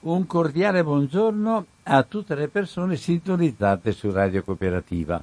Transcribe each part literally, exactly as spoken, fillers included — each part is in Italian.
Un cordiale buongiorno a tutte le persone sintonizzate su Radio Cooperativa.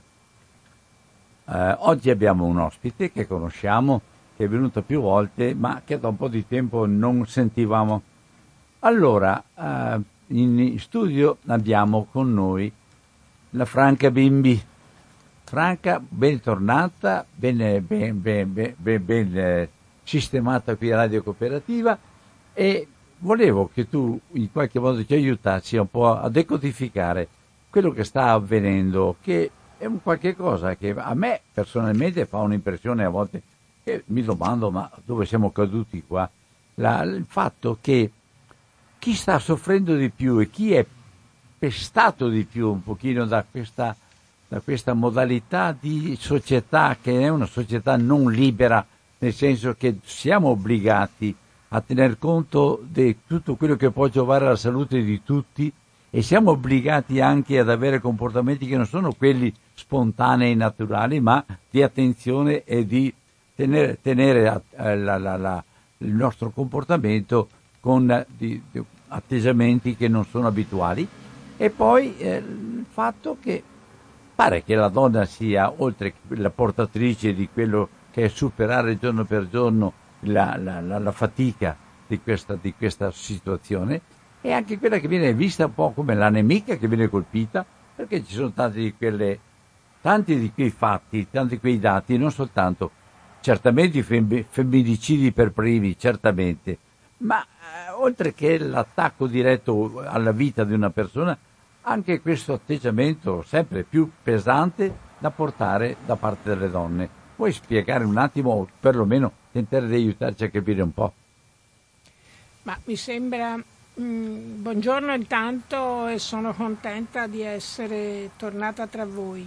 Eh, oggi abbiamo un ospite che conosciamo, che è venuto più volte, ma che da un po' di tempo non sentivamo. Allora, eh, in studio abbiamo con noi la Franca Bimbi. Franca, bentornata, ben, ben, ben, ben, ben, ben eh, sistemata qui a Radio Cooperativa, e volevo che tu in qualche modo ci aiutassi un po' a decodificare quello che sta avvenendo, che è un qualche cosa che a me personalmente fa un'impressione a volte, che mi domando ma dove siamo caduti qua. La, il fatto che chi sta soffrendo di più e chi è pestato di più un pochino da questa, da questa modalità di società, che è una società non libera, nel senso che siamo obbligati a tener conto di tutto quello che può giovare alla salute di tutti, e siamo obbligati anche ad avere comportamenti che non sono quelli spontanei e naturali, ma di attenzione e di tenere, tenere la, la, la, il nostro comportamento con di, di atteggiamenti che non sono abituali. E poi eh, il fatto che pare che la donna sia, oltre che la portatrice di quello che è superare giorno per giorno La, la, la, la fatica di questa, di questa situazione, è anche quella che viene vista un po' come la nemica che viene colpita, perché ci sono tanti di quelle, tanti di quei fatti, tanti di quei dati, non soltanto certamente i fem, femminicidi per primi, certamente, ma eh, oltre che l'attacco diretto alla vita di una persona, anche questo atteggiamento sempre più pesante da portare da parte delle donne. Puoi spiegare un attimo, o perlomeno tentare di aiutarci a capire un po'? Ma mi sembra... Mh, buongiorno intanto, e sono contenta di essere tornata tra voi.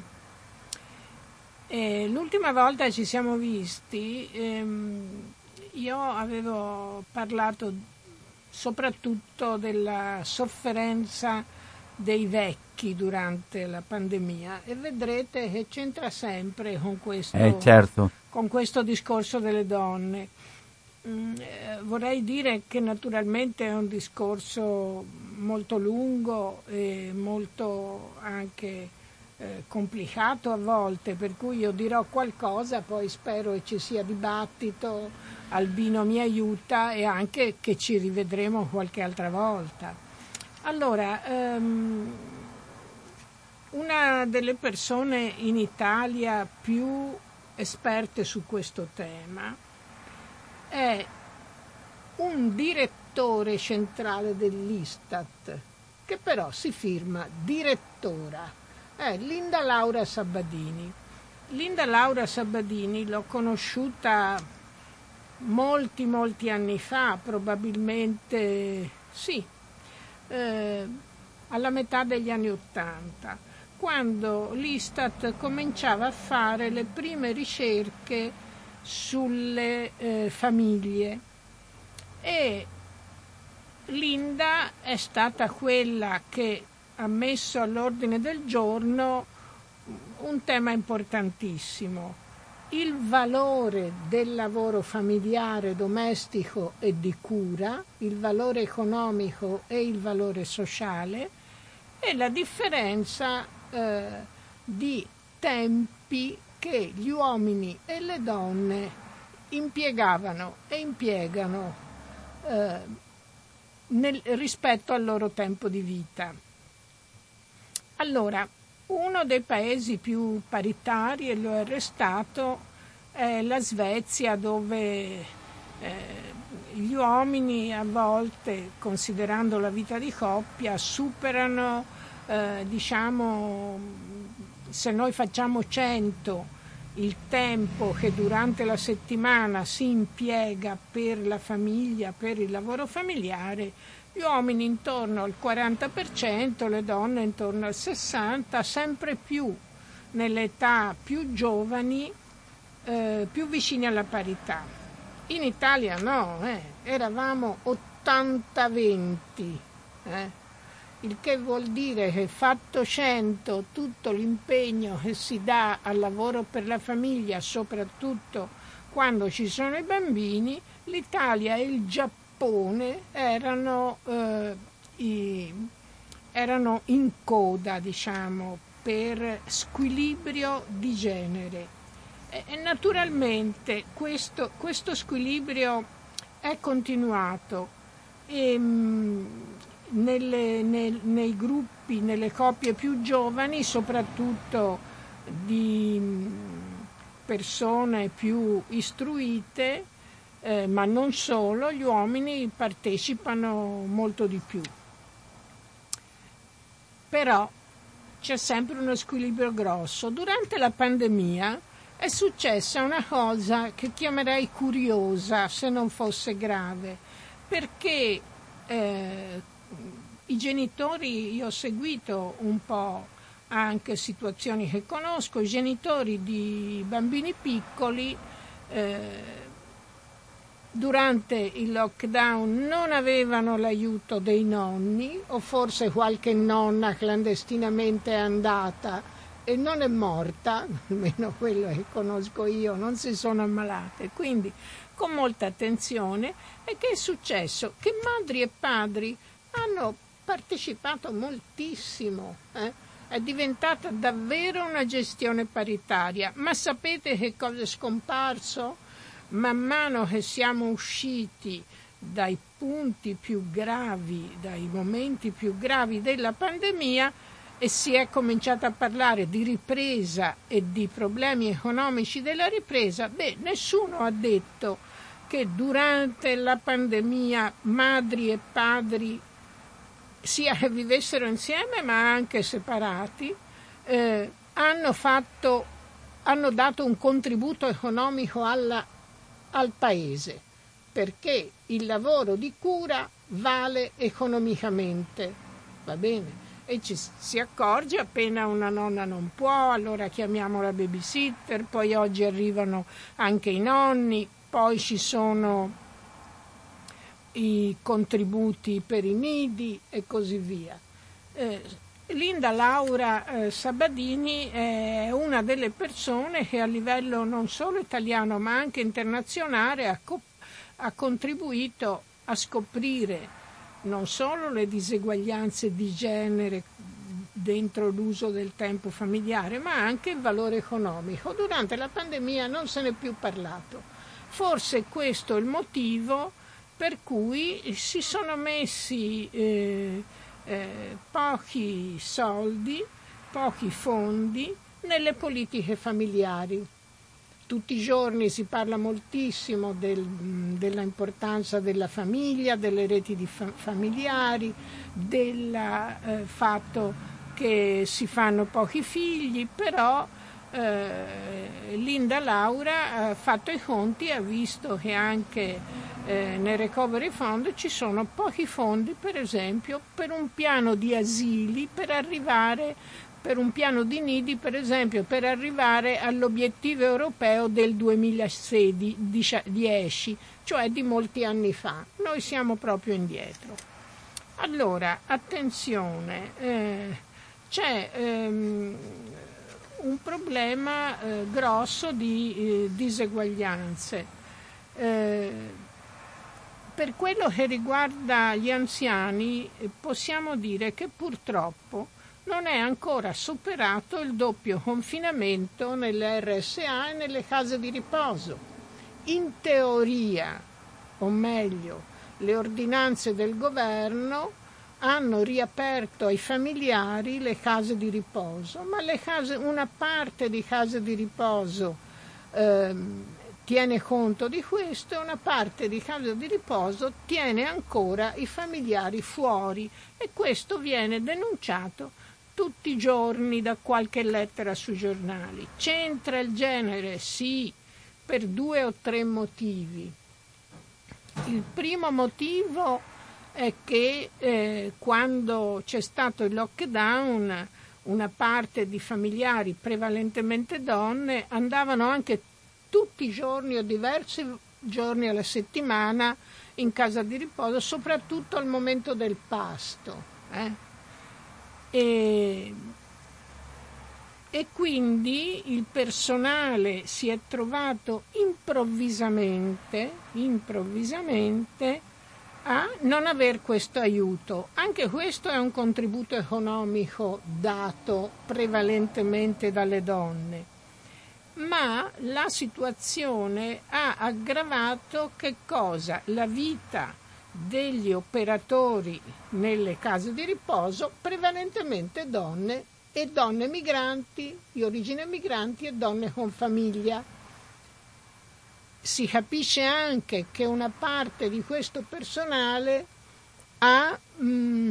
E l'ultima volta ci siamo visti, ehm, io avevo parlato soprattutto della sofferenza dei vecchi durante la pandemia, e vedrete che c'entra sempre con questo, eh, certo. con questo discorso delle donne. Mm, eh, vorrei dire che naturalmente è un discorso molto lungo e molto anche eh, complicato a volte, per cui io dirò qualcosa, poi spero che ci sia dibattito, Albino mi aiuta, e anche che ci rivedremo qualche altra volta. Allora, um, una delle persone in Italia più esperte su questo tema è un direttore centrale dell'Istat, che però si firma direttora, è Linda Laura Sabbadini. Linda Laura Sabbadini l'ho conosciuta molti, molti anni fa, probabilmente sì, eh, alla metà degli anni Ottanta, quando l'Istat cominciava a fare le prime ricerche sulle eh, famiglie, e Linda è stata quella che ha messo all'ordine del giorno un tema importantissimo: il valore del lavoro familiare, domestico e di cura, il valore economico e il valore sociale, e la differenza eh, di tempi che gli uomini e le donne impiegavano e impiegano eh, nel, rispetto al loro tempo di vita. Allora, uno dei paesi più paritari, e lo è restato, è la Svezia, dove eh, gli uomini a volte, considerando la vita di coppia, superano, eh, diciamo, se noi facciamo cento il tempo che durante la settimana si impiega per la famiglia, per il lavoro familiare, gli uomini intorno al quaranta per cento, le donne intorno al sessanta per cento, sempre più nelle età più giovani, eh, più vicini alla parità. In Italia no, eh, eravamo ottanta venti, eh. Il che vuol dire che, fatto cento tutto l'impegno che si dà al lavoro per la famiglia, soprattutto quando ci sono i bambini, l'Italia e il Giappone erano eh, i, erano in coda, diciamo, per squilibrio di genere. E naturalmente questo, questo squilibrio è continuato e mh, nelle, nel, nei gruppi, nelle coppie più giovani, soprattutto di mh, persone più istruite, eh, ma non solo, gli uomini partecipano molto di più. Però c'è sempre uno squilibrio grosso. Durante la pandemia è successa una cosa che chiamerei curiosa, se non fosse grave, perché eh, i genitori, io ho seguito un po' anche situazioni che conosco, i genitori di bambini piccoli eh, durante il lockdown non avevano l'aiuto dei nonni, o forse qualche nonna clandestinamente è andata e non è morta, almeno quello che conosco io, non si sono ammalate. Quindi con molta attenzione. E che è successo? Che madri e padri hanno partecipato moltissimo, eh? È diventata davvero una gestione paritaria. Ma sapete che cosa è scomparso? Man mano che siamo usciti dai punti più gravi, dai momenti più gravi della pandemia, e si è cominciato a parlare di ripresa e di problemi economici della ripresa, beh, nessuno ha detto che durante la pandemia madri e padri, sia che vivessero insieme ma anche separati, eh, hanno fatto, hanno dato un contributo economico alla al paese, perché il lavoro di cura vale economicamente, va bene? E ci si accorge appena una nonna non può, allora chiamiamo la babysitter, poi oggi arrivano anche i nonni, poi ci sono i contributi per i nidi e così via. Eh, Linda Laura eh, Sabadini è una delle persone che a livello non solo italiano ma anche internazionale ha, co- ha contribuito a scoprire non solo le diseguaglianze di genere dentro l'uso del tempo familiare, ma anche il valore economico. Durante la pandemia non se n'è più parlato. Forse questo è il motivo per cui si sono messi eh, Eh, pochi soldi, pochi fondi nelle politiche familiari. Tutti i giorni si parla moltissimo del, della importanza della famiglia, delle reti di fa- familiari, del eh, fatto che si fanno pochi figli, però eh, Linda Laura ha fatto i conti e ha visto che anche Eh, nel Recovery Fund ci sono pochi fondi, per esempio, per un piano di asili, per arrivare, per un piano di nidi, per esempio, per arrivare all'obiettivo europeo del duemilasedici, cioè di molti anni fa. Noi siamo proprio indietro. Allora, attenzione, eh, c'è ehm, un problema eh, grosso di eh, diseguaglianze. Eh, Per quello che riguarda gli anziani, possiamo dire che purtroppo non è ancora superato il doppio confinamento nelle R S A e nelle case di riposo. In teoria, o meglio, le ordinanze del governo hanno riaperto ai familiari le case di riposo, ma le case, una parte di case di riposo ehm, tiene conto di questo, e una parte di case di riposo tiene ancora i familiari fuori, e questo viene denunciato tutti i giorni da qualche lettera sui giornali. C'entra il genere? Sì, per due o tre motivi. Il primo motivo è che eh, quando c'è stato il lockdown, una parte di familiari, prevalentemente donne, andavano anche tutti i giorni o diversi giorni alla settimana in casa di riposo, soprattutto al momento del pasto. Eh? E, e quindi il personale si è trovato improvvisamente, improvvisamente a non aver questo aiuto. Anche questo è un contributo economico dato prevalentemente dalle donne. Ma la situazione ha aggravato che cosa? La vita degli operatori nelle case di riposo, prevalentemente donne e donne migranti, di origine migranti e donne con famiglia. Si capisce anche che una parte di questo personale ha, mh,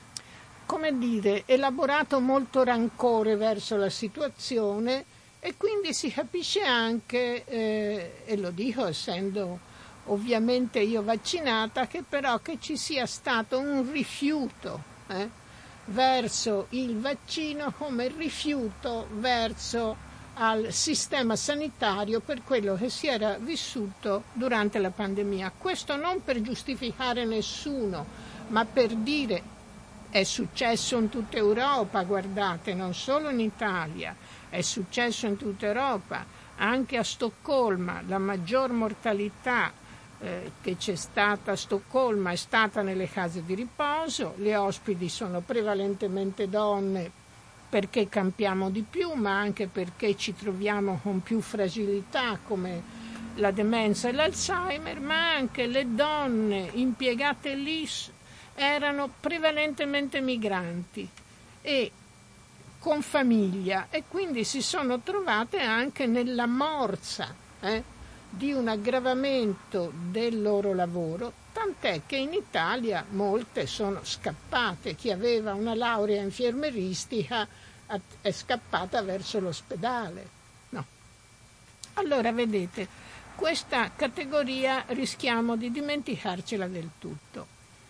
come dire, elaborato molto rancore verso la situazione, e quindi si capisce anche, eh, e lo dico essendo ovviamente io vaccinata, che però che ci sia stato un rifiuto eh, verso il vaccino come rifiuto verso al sistema sanitario per quello che si era vissuto durante la pandemia. Questo non per giustificare nessuno, ma per dire è successo in tutta Europa, guardate, non solo in Italia, è successo in tutta Europa, anche a Stoccolma la maggior mortalità eh, che c'è stata a Stoccolma è stata nelle case di riposo, le ospiti sono prevalentemente donne perché campiamo di più, ma anche perché ci troviamo con più fragilità come la demenza e l'Alzheimer, ma anche le donne impiegate lì erano prevalentemente migranti e con famiglia, e quindi si sono trovate anche nella morsa eh, di un aggravamento del loro lavoro, tant'è che in Italia molte sono scappate. Chi aveva una laurea infermieristica è scappata verso l'ospedale. No. Allora, vedete, questa categoria rischiamo di dimenticarcela del tutto.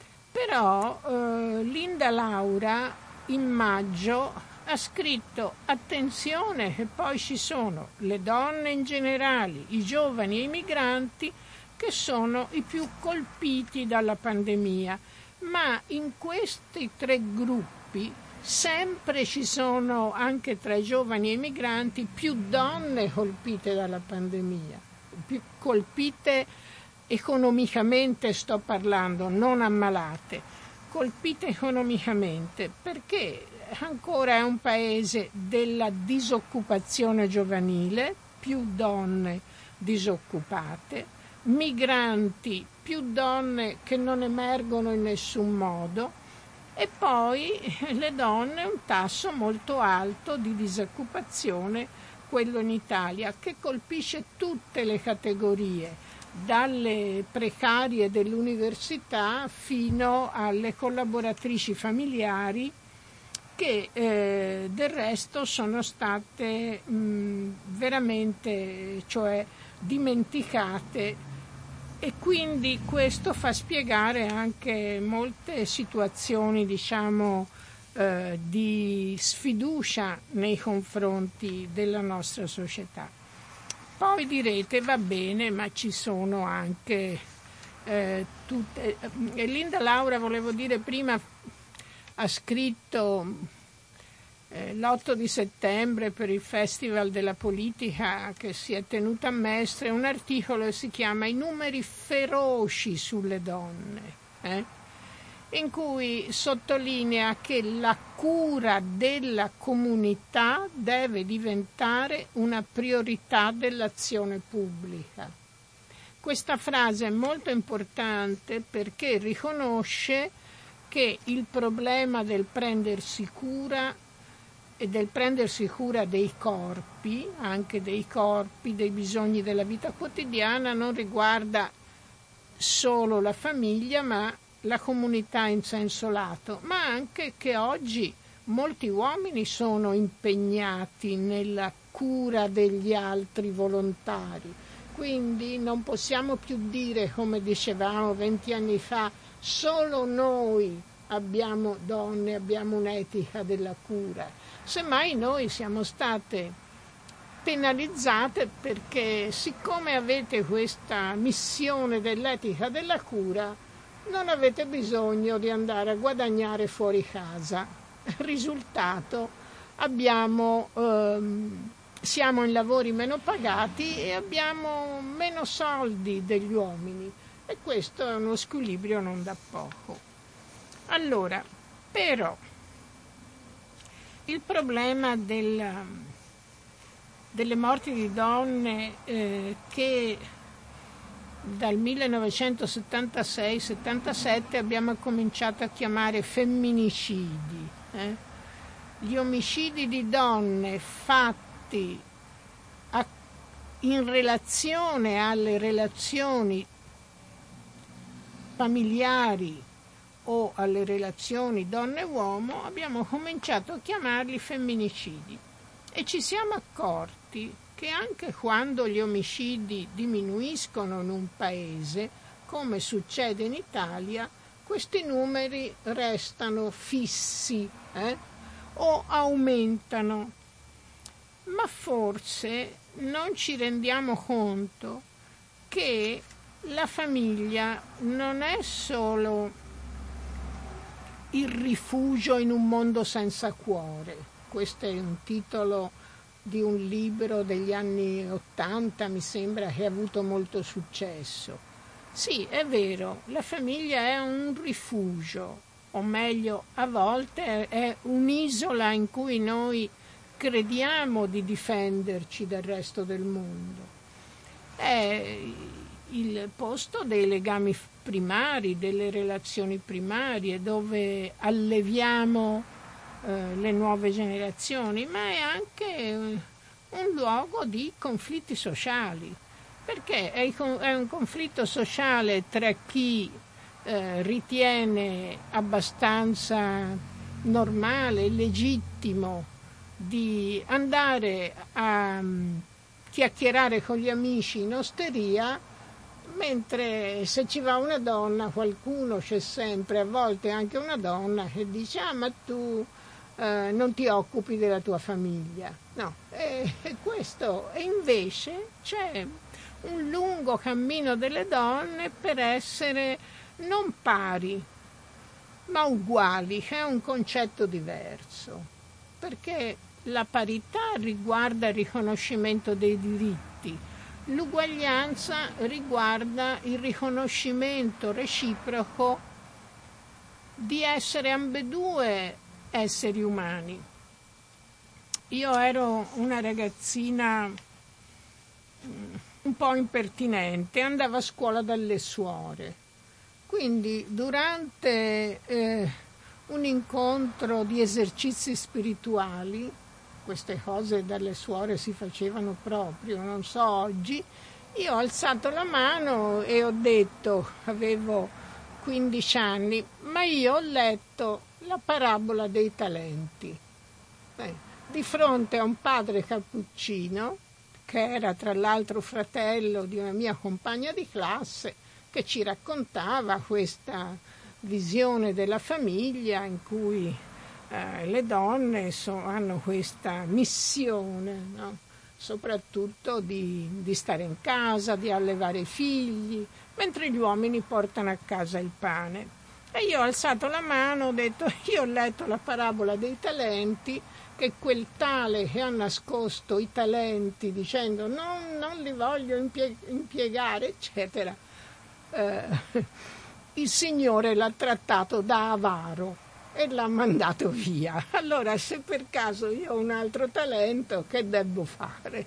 Però eh, Linda Laura in maggio ha scritto: attenzione che poi ci sono le donne in generale, i giovani e i migranti che sono i più colpiti dalla pandemia, ma in questi tre gruppi sempre ci sono, anche tra i giovani e i migranti, più donne colpite dalla pandemia, più colpite economicamente, sto parlando, non ammalate, colpite economicamente, perché ancora è un paese della disoccupazione giovanile, più donne disoccupate, migranti, più donne che non emergono in nessun modo, e poi le donne un tasso molto alto di disoccupazione, quello in Italia, che colpisce tutte le categorie, dalle precarie dell'università fino alle collaboratrici familiari, che eh, del resto sono state mh, veramente, cioè, dimenticate, e quindi questo fa spiegare anche molte situazioni, diciamo, eh, di sfiducia nei confronti della nostra società. Poi direte, va bene, ma ci sono anche eh, tutte... E Linda Laura, volevo dire prima, ha scritto eh, l'otto di settembre per il Festival della Politica che si è tenuto a Mestre un articolo che si chiama I numeri feroci sulle donne, eh? in cui sottolinea che la cura della comunità deve diventare una priorità dell'azione pubblica. Questa frase è molto importante perché riconosce che il problema del prendersi cura e del prendersi cura dei corpi, anche dei corpi, dei bisogni della vita quotidiana, non riguarda solo la famiglia, ma la comunità in senso lato, ma anche che oggi molti uomini sono impegnati nella cura degli altri volontari. Quindi non possiamo più dire, come dicevamo venti anni fa, solo noi abbiamo donne, abbiamo un'etica della cura. Semmai noi siamo state penalizzate perché, siccome avete questa missione dell'etica della cura, non avete bisogno di andare a guadagnare fuori casa. Risultato, abbiamo, ehm, siamo in lavori meno pagati e abbiamo meno soldi degli uomini. E questo è uno squilibrio non da poco. Allora, però, il problema del, delle morti di donne eh, che dal millenovecentosettantasei settantasette abbiamo cominciato a chiamare femminicidi. Eh? Gli omicidi di donne fatti a, in relazione alle relazioni familiari o alle relazioni donne-uomo, abbiamo cominciato a chiamarli femminicidi e ci siamo accorti che anche quando gli omicidi diminuiscono in un paese, come succede in Italia, questi numeri restano fissi eh? o aumentano. Ma forse non ci rendiamo conto che la famiglia non è solo il rifugio in un mondo senza cuore. Questo è un titolo di un libro degli anni ottanta, mi sembra, che ha avuto molto successo. Sì, è vero, la famiglia è un rifugio, o meglio, a volte è un'isola in cui noi crediamo di difenderci dal resto del mondo. È il posto dei legami primari, delle relazioni primarie, dove alleviamo eh, le nuove generazioni, ma è anche eh, un luogo di conflitti sociali, perché è, è un conflitto sociale tra chi eh, ritiene abbastanza normale e legittimo di andare a um, chiacchierare con gli amici in osteria, mentre se ci va una donna, qualcuno c'è sempre, a volte anche una donna, che dice ah ma tu eh, non ti occupi della tua famiglia. No, e, e questo, e invece c'è un lungo cammino delle donne per essere non pari, ma uguali, che è un concetto diverso, perché la parità riguarda il riconoscimento dei diritti, l'uguaglianza riguarda il riconoscimento reciproco di essere ambedue esseri umani. Io ero una ragazzina un po' impertinente, andavo a scuola dalle suore, quindi durante eh, un incontro di esercizi spirituali, queste cose dalle suore si facevano proprio, non so oggi, io ho alzato la mano e ho detto, avevo quindici anni, ma io ho letto la parabola dei talenti. Eh, di fronte a un padre cappuccino, che era tra l'altro fratello di una mia compagna di classe, che ci raccontava questa visione della famiglia in cui eh, le donne so, hanno questa missione, no? Soprattutto di, di stare in casa, di allevare i figli, mentre gli uomini portano a casa il pane. E io ho alzato la mano, ho detto, io ho letto la parabola dei talenti, che quel tale che ha nascosto i talenti dicendo non, non li voglio impie- impiegare, eccetera, eh, il Signore l'ha trattato da avaro e l'ha mandato via. Allora, se per caso io ho un altro talento, che devo fare?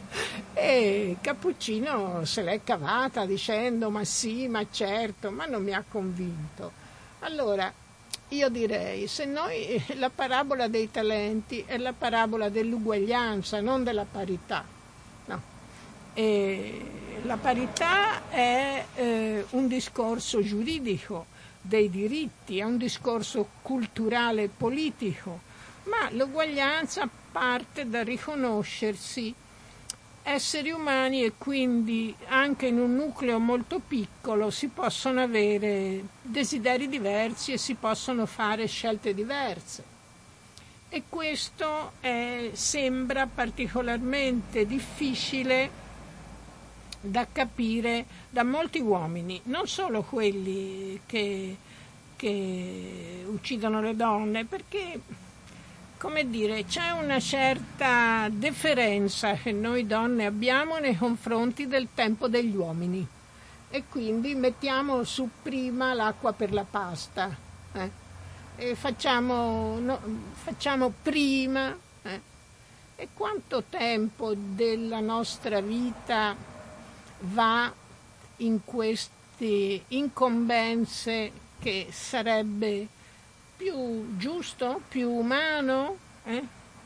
E Cappuccino se l'è cavata dicendo ma sì, ma certo, ma non mi ha convinto. Allora, io direi, se noi la parabola dei talenti è la parabola dell'uguaglianza, non della parità. No. E la parità è eh, un discorso giuridico dei diritti, è un discorso culturale e politico, ma l'uguaglianza parte da riconoscersi esseri umani e quindi anche in un nucleo molto piccolo si possono avere desideri diversi e si possono fare scelte diverse. E questo è, sembra particolarmente difficile da capire da molti uomini, non solo quelli che, che uccidono le donne, perché, come dire, c'è una certa deferenza che noi donne abbiamo nei confronti del tempo degli uomini. e quindi mettiamo su prima l'acqua per la pasta, eh? E facciamo, no, facciamo prima, eh? E quanto tempo della nostra vita va in queste incombenze che sarebbe più giusto, più umano, eh?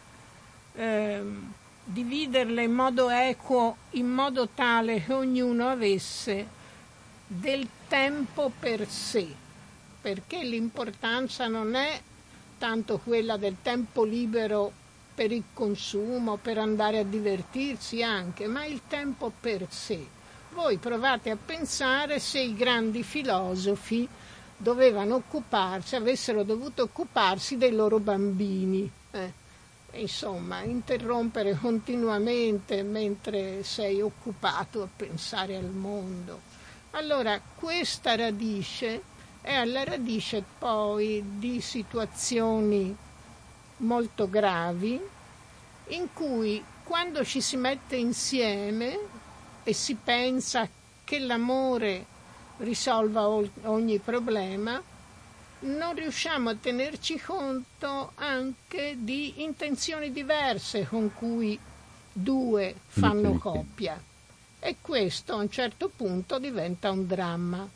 Eh, dividerle in modo equo, in modo tale che ognuno avesse del tempo per sé, perché l'importanza non è tanto quella del tempo libero per il consumo, per andare a divertirsi anche, ma il tempo per sé. Voi provate a pensare se i grandi filosofi dovevano occuparsi, avessero dovuto occuparsi dei loro bambini. Eh. Insomma, interrompere continuamente mentre sei occupato a pensare al mondo. Allora, questa radice è alla radice poi di situazioni molto gravi in cui quando ci si mette insieme e si pensa che l'amore risolva ogni problema, non riusciamo a tenerci conto anche di intenzioni diverse con cui due fanno coppia, e questo a un certo punto diventa un dramma.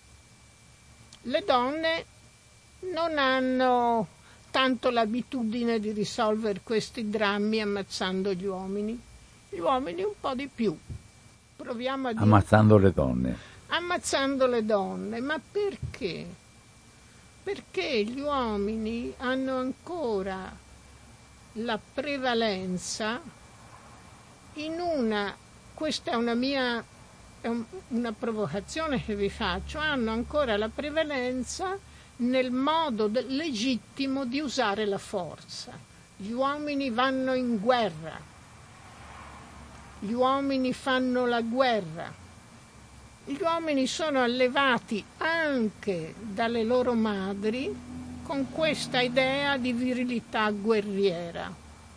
Le donne non hanno tanto l'abitudine di risolvere questi drammi ammazzando gli uomini, gli uomini un po' di più. Proviamo a dire... Ammazzando le donne. Ammazzando le donne, ma perché? Perché gli uomini hanno ancora la prevalenza in una, questa è una mia, è un, una provocazione che vi faccio, hanno ancora la prevalenza nel modo de, legittimo di usare la forza. Gli uomini vanno in guerra, gli uomini fanno la guerra. Gli uomini sono allevati anche dalle loro madri con questa idea di virilità guerriera.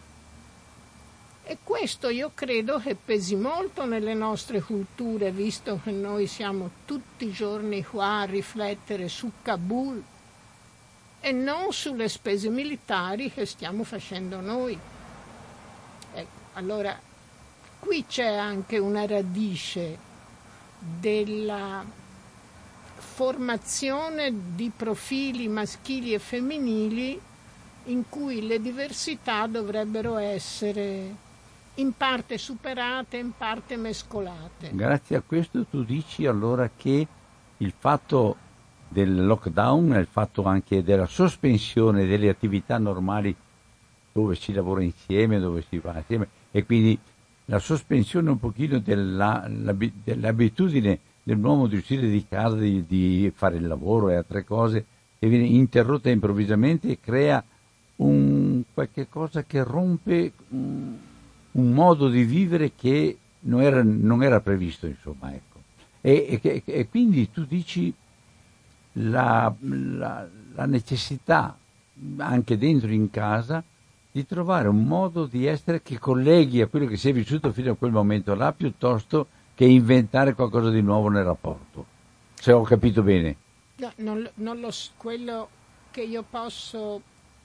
E questo io credo che pesi molto nelle nostre culture, visto che noi siamo tutti i giorni qua a riflettere su Kabul e non sulle spese militari che stiamo facendo noi. Ecco, allora qui c'è anche una radice della formazione di profili maschili e femminili in cui le diversità dovrebbero essere in parte superate, in parte mescolate. Grazie a questo tu dici allora che il fatto del lockdown, il fatto anche della sospensione delle attività normali dove si lavora insieme, dove si va insieme, e quindi la sospensione un pochino della, dell'abitudine dell'uomo di uscire di casa, di, di fare il lavoro e altre cose, che viene interrotta improvvisamente e crea un qualche cosa che rompe un, un modo di vivere che non era, non era previsto, insomma, ecco. E, e, e quindi tu dici la, la, la necessità anche dentro in casa di trovare un modo di essere che colleghi a quello che si è vissuto fino a quel momento là, piuttosto che inventare qualcosa di nuovo nel rapporto. Se ho capito bene. No, non, non lo, quello che io posso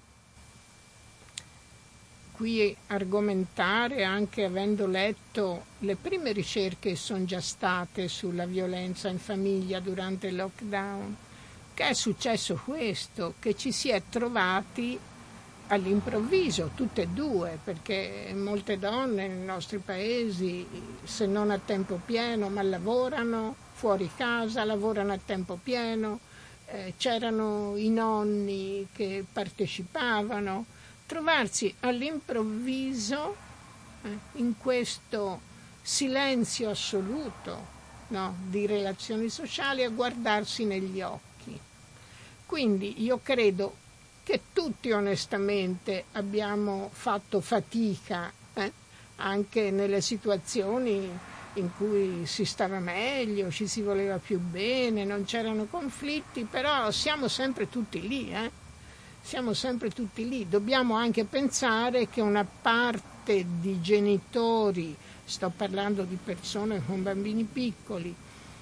qui argomentare, anche avendo letto le prime ricerche che sono già state sulla violenza in famiglia durante il lockdown, che è successo questo, che ci si è trovati all'improvviso, tutte e due, perché molte donne nei nostri paesi, se non a tempo pieno, ma lavorano fuori casa, lavorano a tempo pieno, eh, c'erano i nonni che partecipavano, trovarsi all'improvviso eh, in questo silenzio assoluto, no, di relazioni sociali, a guardarsi negli occhi. Quindi io credo che tutti onestamente abbiamo fatto fatica, eh? anche nelle situazioni in cui si stava meglio, ci si voleva più bene, non c'erano conflitti, però siamo sempre tutti lì, eh? siamo sempre tutti lì. Dobbiamo anche pensare che una parte di genitori, sto parlando di persone con bambini piccoli,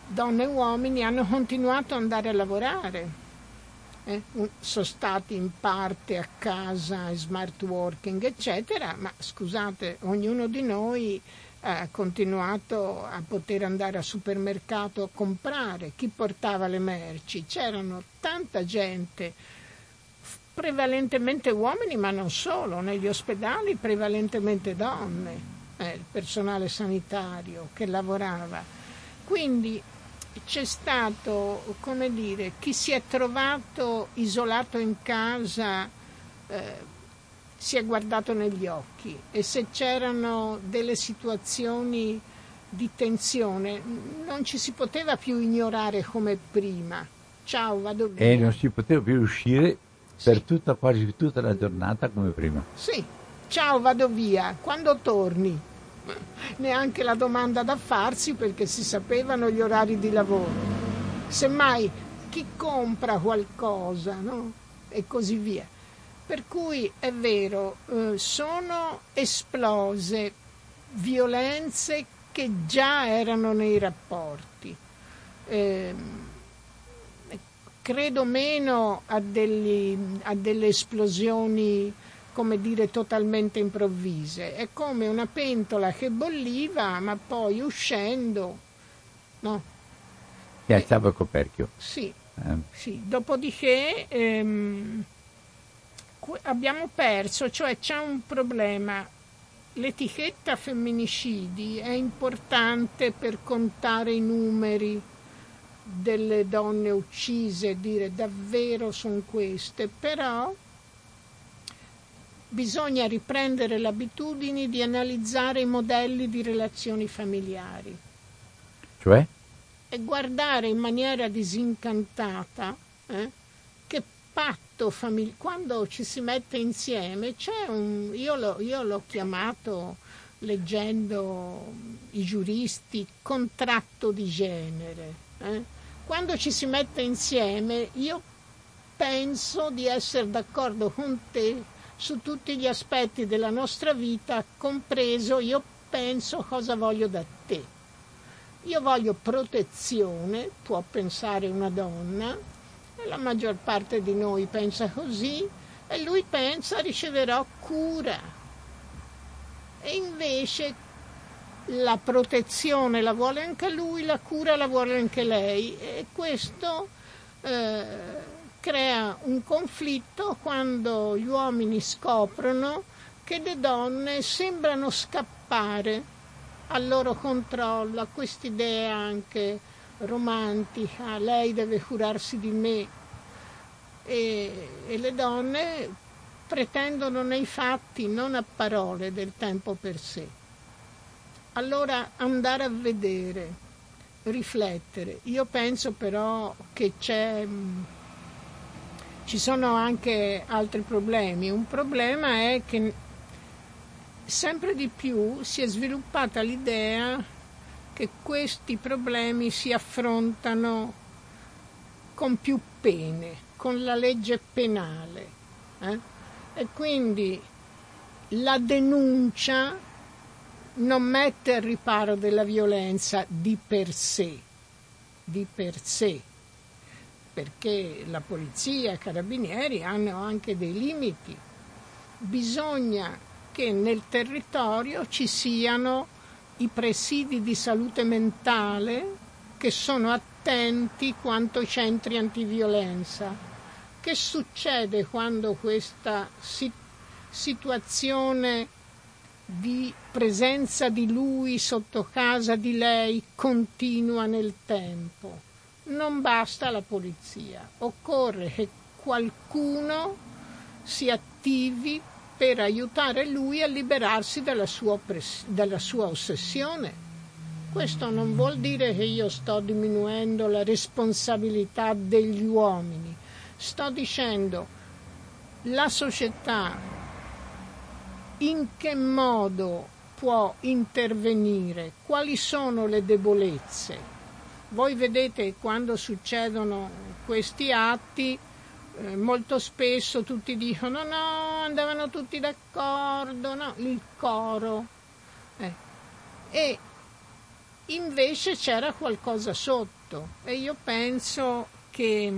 donne e uomini hanno continuato ad andare a lavorare. Eh, sono stati in parte a casa, smart working, eccetera, ma scusate, ognuno di noi ha continuato a poter andare al supermercato a comprare. Chi portava le merci? C'erano tanta gente, prevalentemente uomini, ma non solo, negli ospedali prevalentemente donne, eh, il personale sanitario che lavorava. Quindi c'è stato, come dire, chi si è trovato isolato in casa eh, si è guardato negli occhi, e se c'erano delle situazioni di tensione non ci si poteva più ignorare come prima. Ciao, vado via. E non si poteva più uscire per sì. tutta, quasi tutta la giornata come prima. Sì, ciao, vado via, quando torni? Neanche la domanda da farsi, perché si sapevano gli orari di lavoro. Semmai chi compra qualcosa, no? E così via. Per cui è vero, eh, sono esplose violenze che già erano nei rapporti. Eh, credo meno a, degli, a delle esplosioni, come dire, totalmente improvvise. È come una pentola che bolliva, ma poi uscendo, no? Si alzava il coperchio. Sì, eh. sì. Dopodiché ehm, abbiamo perso, cioè c'è un problema. L'etichetta femminicidi è importante per contare i numeri delle donne uccise e dire davvero sono queste, però bisogna riprendere l'abitudine di analizzare i modelli di relazioni familiari. Cioè? E guardare in maniera disincantata eh, che patto familiare. Quando ci si mette insieme c'è un... Io, lo, io l'ho chiamato, leggendo i giuristi, contratto di genere. Eh. Quando ci si mette insieme io penso di essere d'accordo con te su tutti gli aspetti della nostra vita, compreso io penso cosa voglio da te. Io voglio protezione, può pensare una donna, e la maggior parte di noi pensa così, e lui pensa riceverò cura. E invece la protezione la vuole anche lui, la cura la vuole anche lei, e questo eh, crea un conflitto quando gli uomini scoprono che le donne sembrano scappare al loro controllo, a quest'idea anche romantica, lei deve curarsi di me, e, e le donne pretendono nei fatti, non a parole, del tempo per sé. Allora andare a vedere, riflettere. Io penso però che c'è, ci sono anche altri problemi. Un problema è che sempre di più si è sviluppata l'idea che questi problemi si affrontano con più pene, con la legge penale. Eh? E quindi la denuncia non mette al riparo della violenza di per sé, di per sé, perché la polizia e i carabinieri hanno anche dei limiti. Bisogna che nel territorio ci siano i presidi di salute mentale che sono attenti quanto ai centri antiviolenza. Che succede quando questa si- situazione di presenza di lui sotto casa di lei continua nel tempo? Non basta la polizia, occorre che qualcuno si attivi per aiutare lui a liberarsi dalla sua, oppres- dalla sua ossessione. Questo non vuol dire che io sto diminuendo la responsabilità degli uomini, sto dicendo la società in che modo può intervenire, quali sono le debolezze. Voi vedete quando succedono questi atti, Eh, molto spesso tutti dicono no, andavano tutti d'accordo, no, il coro. Eh. E invece c'era qualcosa sotto. tutto. E io penso che,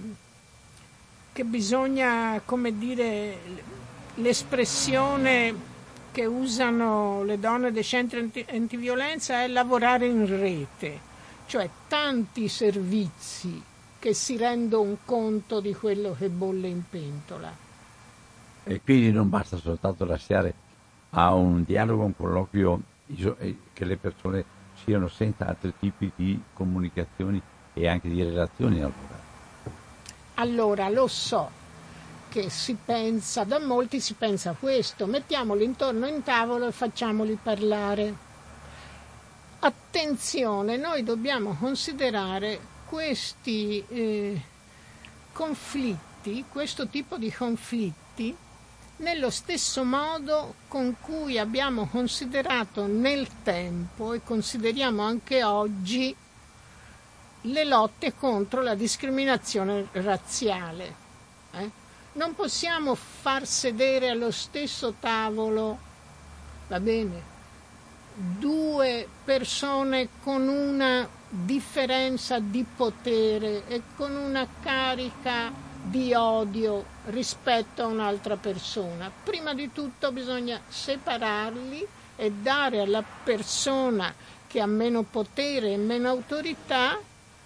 che bisogna, come dire, l'espressione che usano le donne dei centri anti, antiviolenza è lavorare in rete, cioè tanti servizi che si rendono conto di quello che bolle in pentola. E quindi non basta soltanto lasciare a un dialogo, un colloquio, che le persone siano senza altri tipi di comunicazioni e anche di relazioni allora. Allora, lo so che si pensa, da molti si pensa a questo, mettiamoli intorno in tavolo e facciamoli parlare. Attenzione, noi dobbiamo considerare questi eh, conflitti, questo tipo di conflitti, nello stesso modo con cui abbiamo considerato nel tempo e consideriamo anche oggi le lotte contro la discriminazione razziale. Eh? Non possiamo far sedere allo stesso tavolo, va bene, due persone con una differenza di potere e con una carica di odio rispetto a un'altra persona. Prima di tutto bisogna separarli e dare alla persona che ha meno potere e meno autorità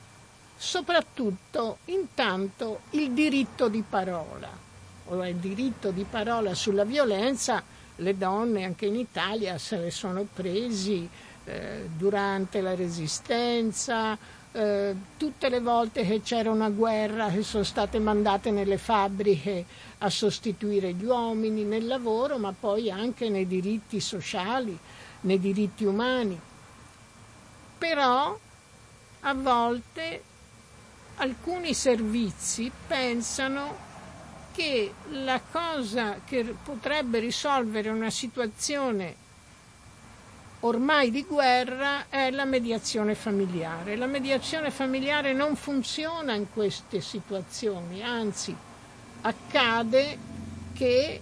soprattutto intanto il diritto di parola. Ora, il diritto di parola sulla violenza, le donne anche in Italia se ne sono presi eh, durante la Resistenza, eh, tutte le volte che c'era una guerra che sono state mandate nelle fabbriche a sostituire gli uomini nel lavoro, ma poi anche nei diritti sociali, nei diritti umani. Però a volte alcuni servizi pensano che la cosa che potrebbe risolvere una situazione ormai di guerra è la mediazione familiare. La mediazione familiare non funziona in queste situazioni, anzi accade che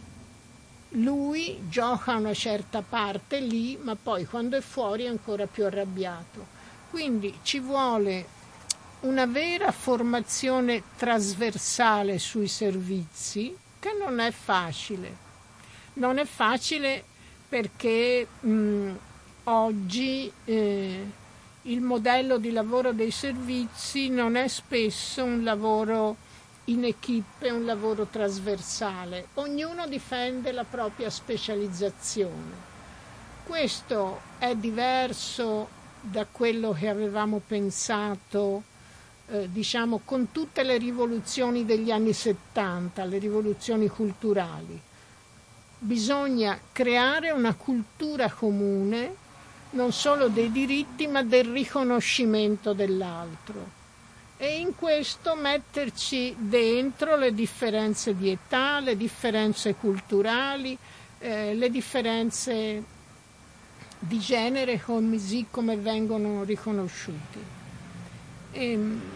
lui gioca una certa parte lì, ma poi quando è fuori è ancora più arrabbiato. Quindi ci vuole una vera formazione trasversale sui servizi, che non è facile. Non è facile perché mh, oggi eh, il modello di lavoro dei servizi non è spesso un lavoro in equipe, un lavoro trasversale. Ognuno difende la propria specializzazione. Questo è diverso da quello che avevamo pensato Eh, diciamo con tutte le rivoluzioni degli anni settanta, le rivoluzioni culturali. Bisogna creare una cultura comune non solo dei diritti ma del riconoscimento dell'altro e in questo metterci dentro le differenze di età, le differenze culturali, eh, le differenze di genere così come vengono riconosciuti. E,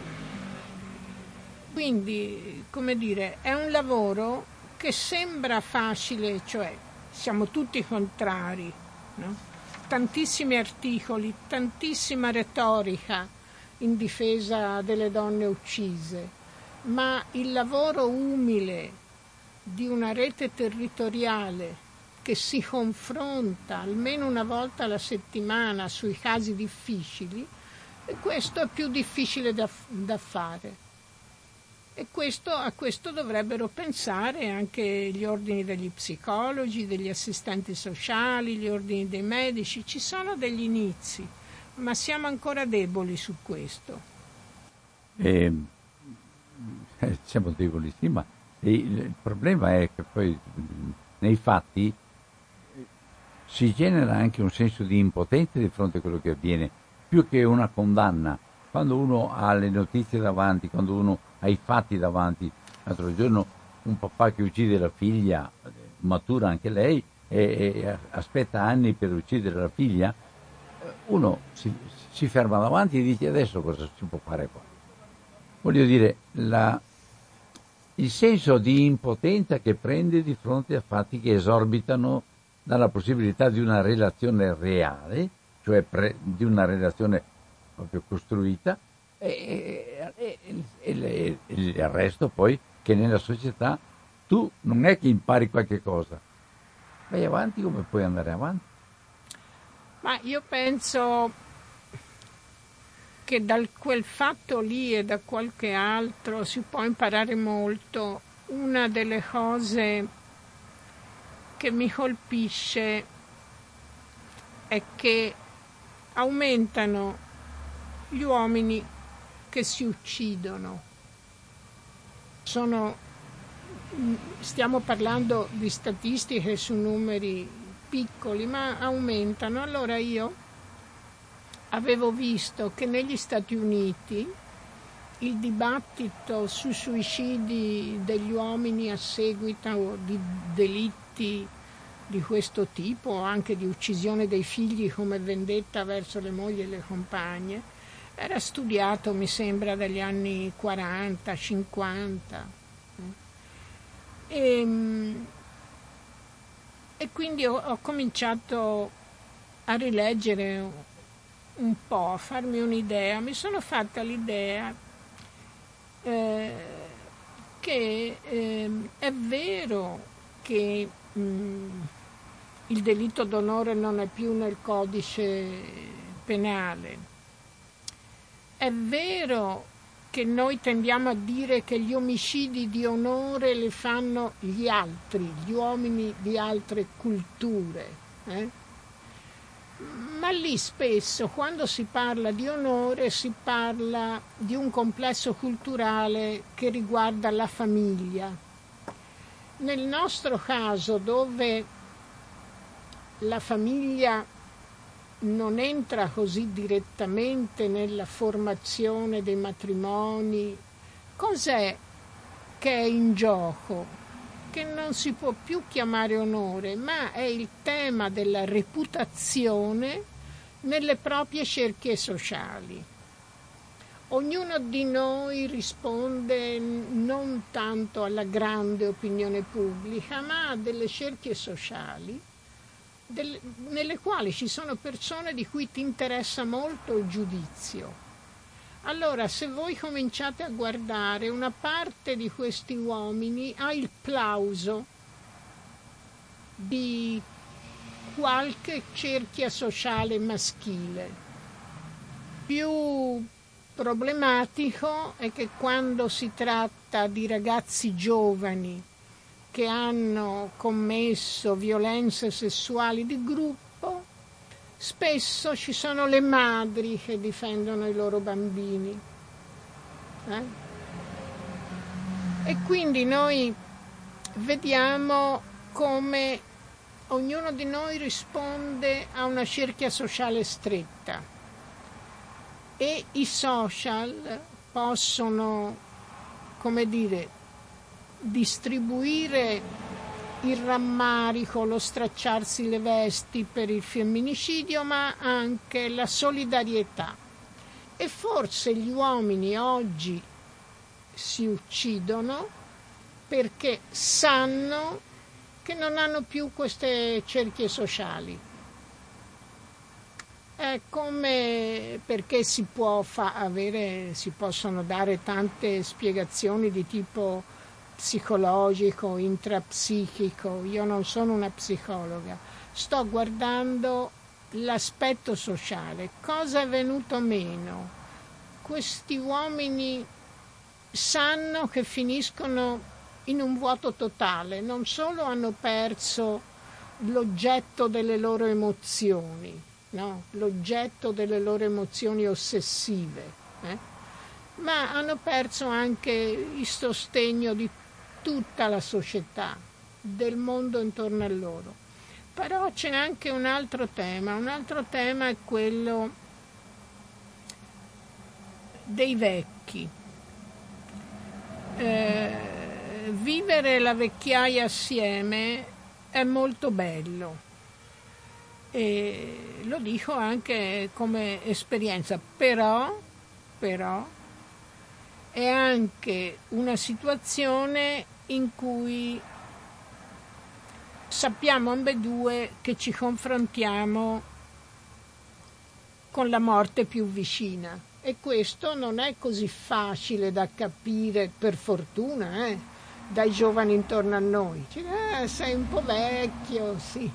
quindi, come dire, è un lavoro che sembra facile, cioè siamo tutti contrari, no? Tantissimi articoli, tantissima retorica in difesa delle donne uccise, ma il lavoro umile di una rete territoriale che si confronta almeno una volta alla settimana sui casi difficili, e questo è più difficile da, da fare. E questo, a questo dovrebbero pensare anche gli ordini degli psicologi, degli assistenti sociali, gli ordini dei medici. Ci sono degli inizi, ma siamo ancora deboli su questo. Eh, eh, siamo deboli, sì, ma il, il problema è che poi nei fatti si genera anche un senso di impotenza di fronte a quello che avviene, più che una condanna. Quando uno ha le notizie davanti, quando uno ha i fatti davanti, l'altro giorno un papà che uccide la figlia, matura anche lei, e, e aspetta anni per uccidere la figlia, uno si, si ferma davanti e dice adesso cosa si può fare qua? Voglio dire, la, il senso di impotenza che prende di fronte a fatti che esorbitano dalla possibilità di una relazione reale, cioè pre, di una relazione proprio costruita, E, e, e, e, e il resto poi che nella società tu non è che impari qualche cosa, vai avanti come puoi andare avanti. Ma io penso che da quel fatto lì e da qualche altro si può imparare molto. Una delle cose che mi colpisce è che aumentano gli uomini che si uccidono. Sono, stiamo parlando di statistiche su numeri piccoli, ma aumentano. Allora io avevo visto che negli Stati Uniti il dibattito sui suicidi degli uomini a seguito di delitti di questo tipo, anche di uccisione dei figli come vendetta verso le mogli e le compagne, era studiato, mi sembra, dagli anni quaranta, cinquanta. E, e quindi ho, ho cominciato a rileggere un po', a farmi un'idea. Mi sono fatta l'idea eh, che eh, è vero che mh, il delitto d'onore non è più nel codice penale. È vero che noi tendiamo a dire che gli omicidi di onore li fanno gli altri, gli uomini di altre culture. Eh? Ma lì spesso, quando si parla di onore, si parla di un complesso culturale che riguarda la famiglia. Nel nostro caso, dove la famiglia non entra così direttamente nella formazione dei matrimoni, cos'è che è in gioco? Che non si può più chiamare onore, ma è il tema della reputazione nelle proprie cerchie sociali. Ognuno di noi risponde non tanto alla grande opinione pubblica, ma a delle cerchie sociali Del, nelle quali ci sono persone di cui ti interessa molto il giudizio. Allora, se voi cominciate a guardare, una parte di questi uomini ha il plauso di qualche cerchia sociale maschile. Più problematico è che quando si tratta di ragazzi giovani che hanno commesso violenze sessuali di gruppo, spesso ci sono le madri che difendono i loro bambini. Eh? E quindi noi vediamo come ognuno di noi risponde a una cerchia sociale stretta e i social possono, come dire, distribuire il rammarico, lo stracciarsi le vesti per il femminicidio, ma anche la solidarietà. E forse gli uomini oggi si uccidono perché sanno che non hanno più queste cerchie sociali. È come perché si può fa- avere, si possono dare tante spiegazioni di tipo psicologico, intrapsichico. Io non sono una psicologa, sto guardando l'aspetto sociale. Cosa è venuto meno? Questi uomini sanno che finiscono in un vuoto totale, non solo hanno perso l'oggetto delle loro emozioni, no? L'oggetto delle loro emozioni ossessive, eh? ma hanno perso anche il sostegno di tutta la società, del mondo intorno a loro. Però c'è anche un altro tema, un altro tema è quello dei vecchi. Eh, vivere la vecchiaia assieme è molto bello e lo dico anche come esperienza, però, però è anche una situazione in cui sappiamo ambedue che ci confrontiamo con la morte più vicina E questo non è così facile da capire, per fortuna, eh, dai giovani intorno a noi. Dice, eh, sei un po' vecchio, sì.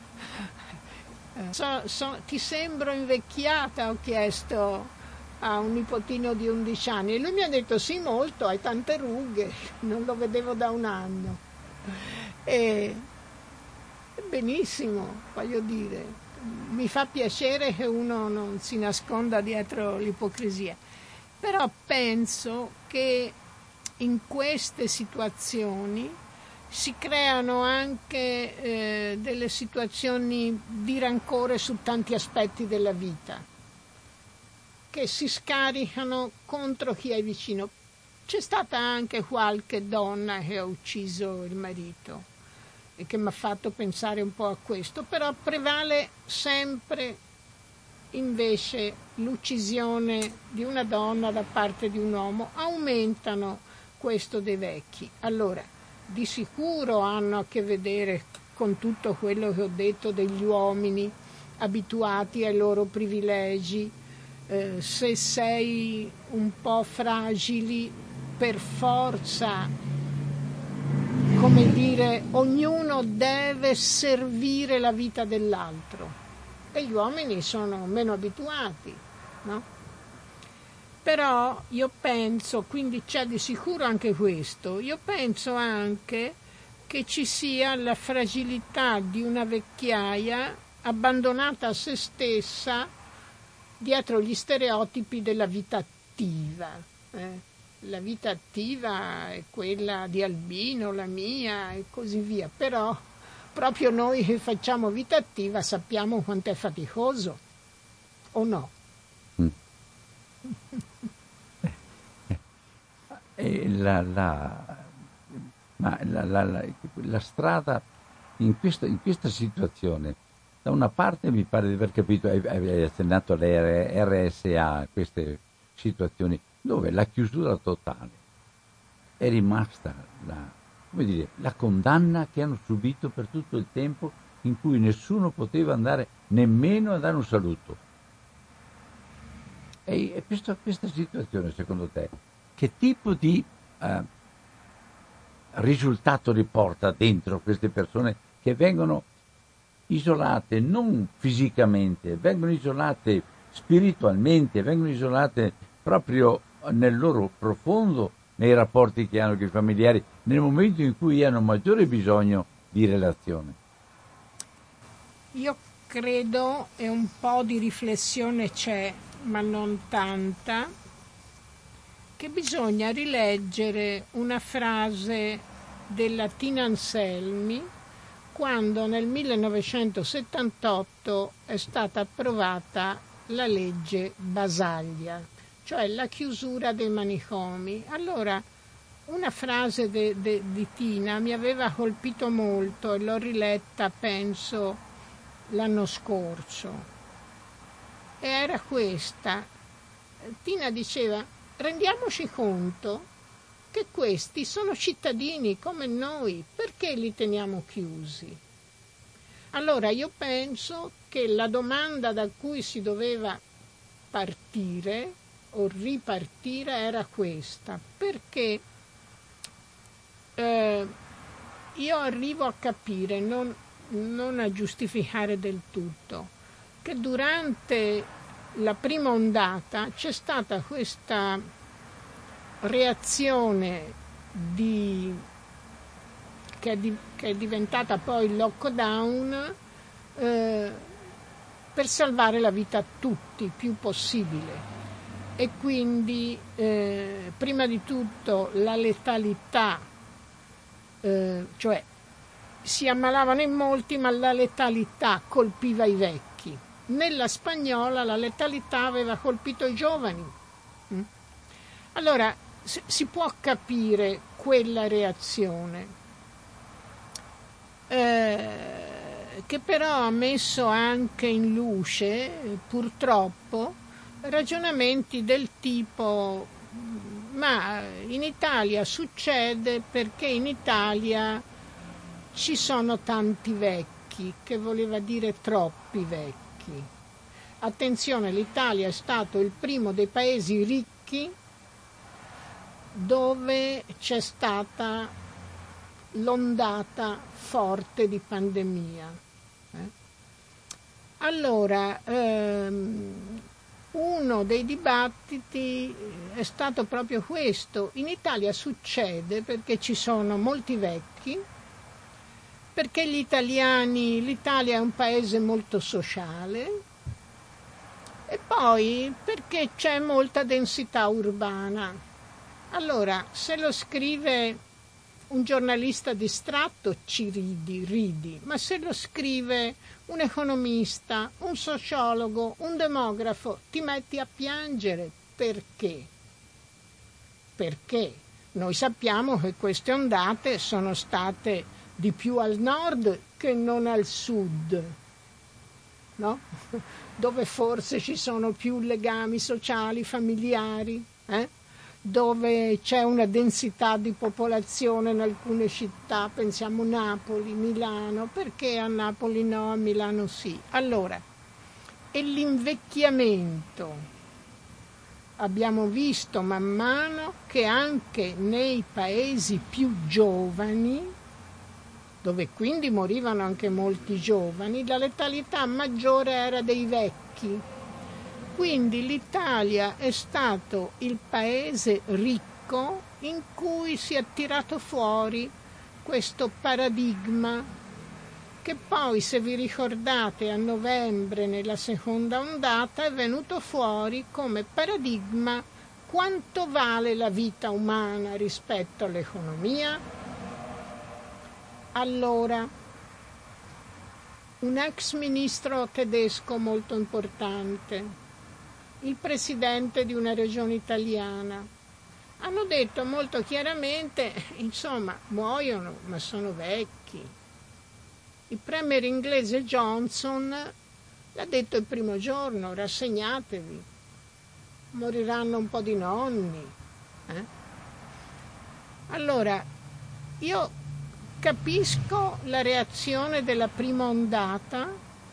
So, so, ti sembro invecchiata, ho chiesto a un nipotino di undici anni, e lui mi ha detto sì, molto, hai tante rughe, non lo vedevo da un anno. E benissimo, voglio dire, mi fa piacere che uno non si nasconda dietro l'ipocrisia, però penso che in queste situazioni si creano anche eh, delle situazioni di rancore su tanti aspetti della vita, che si scaricano contro chi è vicino. C'è stata anche qualche donna che ha ucciso il marito e che mi ha fatto pensare un po' a questo, però prevale sempre invece l'uccisione di una donna da parte di un uomo, aumentano questo dei vecchi. Allora, di sicuro hanno a che vedere con tutto quello che ho detto degli uomini abituati ai loro privilegi. Eh, se sei un po' fragili, per forza, come dire, ognuno deve servire la vita dell'altro e gli uomini sono meno abituati, no? Però io penso, quindi c'è di sicuro anche questo, io penso anche che ci sia la fragilità di una vecchiaia abbandonata a se stessa dietro gli stereotipi della vita attiva. Eh? La vita attiva è quella di Albino, la mia e così via, però proprio noi che facciamo vita attiva sappiamo quanto è faticoso, o no? Mm. E la, la, ma la, la, la, la strada in questa, in questa situazione, da una parte mi pare di aver capito, hai, hai accennato alle R S A, queste situazioni dove la chiusura totale è rimasta la, come dire, la condanna che hanno subito per tutto il tempo in cui nessuno poteva andare nemmeno a dare un saluto. E, e questa, questa situazione, secondo te, che tipo di eh, risultato riporta dentro queste persone che vengono isolate non fisicamente, vengono isolate spiritualmente, vengono isolate proprio nel loro profondo, nei rapporti che hanno con i familiari, nel momento in cui hanno maggiore bisogno di relazione? Io credo, e un po' di riflessione c'è, ma non tanta, che bisogna rileggere una frase della Tina Anselmi quando nel millenovecentosettantotto è stata approvata la legge Basaglia, cioè la chiusura dei manicomi. Allora, una frase de, de, di Tina mi aveva colpito molto e l'ho riletta, penso, l'anno scorso. E era questa. Tina diceva: rendiamoci conto che questi sono cittadini come noi, perché li teniamo chiusi? Allora io penso che la domanda da cui si doveva partire o ripartire era questa: perché eh, io arrivo a capire, non, non a giustificare del tutto, che durante la prima ondata c'è stata questa reazione di, che, è di, che è diventata poi il lockdown eh, per salvare la vita a tutti il più possibile, e quindi eh, prima di tutto la letalità, eh, cioè si ammalavano in molti, ma la letalità colpiva i vecchi. Nella spagnola la letalità aveva colpito i giovani. Mm? Allora si può capire quella reazione, eh, che però ha messo anche in luce, purtroppo, ragionamenti del tipo: ma in Italia succede perché in Italia ci sono tanti vecchi, che voleva dire troppi vecchi. attenzione, l'Italia è stato il primo dei paesi ricchi dove c'è stata l'ondata forte di pandemia. Eh? Allora, ehm, uno dei dibattiti è stato proprio questo. In Italia succede perché ci sono molti vecchi, perché gli italiani, l'Italia è un paese molto sociale, e poi perché c'è molta densità urbana. Allora, se lo scrive un giornalista distratto ci ridi, ridi, ma se lo scrive un economista, un sociologo, un demografo, ti metti a piangere. Perché? Perché noi sappiamo che queste ondate sono state di più al nord che non al sud, no? Dove forse ci sono più legami sociali, familiari, eh? Dove c'è una densità di popolazione in alcune città, pensiamo Napoli, Milano, perché a Napoli no, a Milano sì. Allora, e l'invecchiamento, abbiamo visto man mano che anche nei paesi più giovani, dove quindi morivano anche molti giovani, la letalità maggiore era dei vecchi. Quindi l'Italia è stato il paese ricco in cui si è tirato fuori questo paradigma che poi, se vi ricordate, a novembre nella seconda ondata è venuto fuori come paradigma: quanto vale la vita umana rispetto all'economia? Allora, un ex ministro tedesco molto importante, il presidente di una regione italiana, hanno detto molto chiaramente, insomma, muoiono, ma sono vecchi. Il premier inglese Johnson l'ha detto il primo giorno: rassegnatevi, moriranno un po' di nonni. Eh? Allora, io capisco la reazione della prima ondata,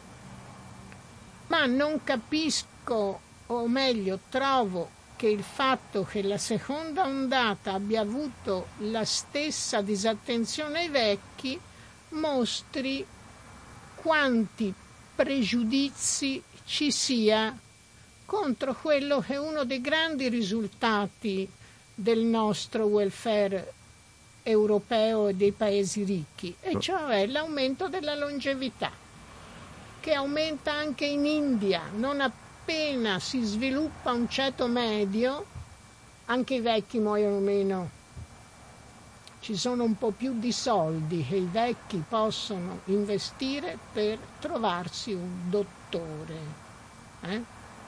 ma non capisco, o meglio trovo che il fatto che la seconda ondata abbia avuto la stessa disattenzione ai vecchi mostri quanti pregiudizi ci sia contro quello che è uno dei grandi risultati del nostro welfare europeo e dei paesi ricchi, e cioè l'aumento della longevità, che aumenta anche in India. Non appena si sviluppa un ceto medio, anche i vecchi muoiono meno. Ci sono un po' più di soldi che i vecchi possono investire per trovarsi un dottore. Eh?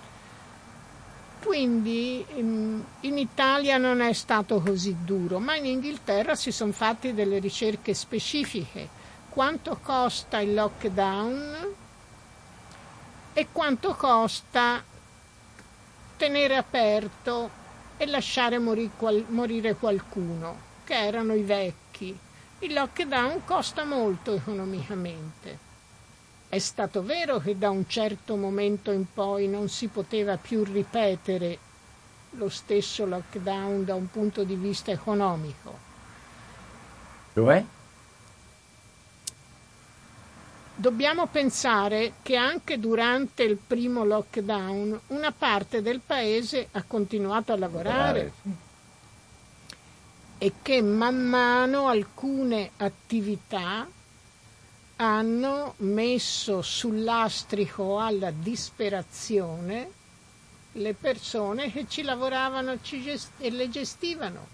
Quindi in Italia non è stato così duro, ma in Inghilterra si sono fatte delle ricerche specifiche. Quanto costa il lockdown e quanto costa tenere aperto e lasciare morire qualcuno, che erano i vecchi. Il lockdown costa molto economicamente. È stato vero che da un certo momento in poi non si poteva più ripetere lo stesso lockdown da un punto di vista economico. Dov'è? Dobbiamo pensare che anche durante il primo lockdown una parte del paese ha continuato a lavorare e che man mano alcune attività hanno messo sul lastrico alla disperazione le persone che ci lavoravano ci gest- e le gestivano.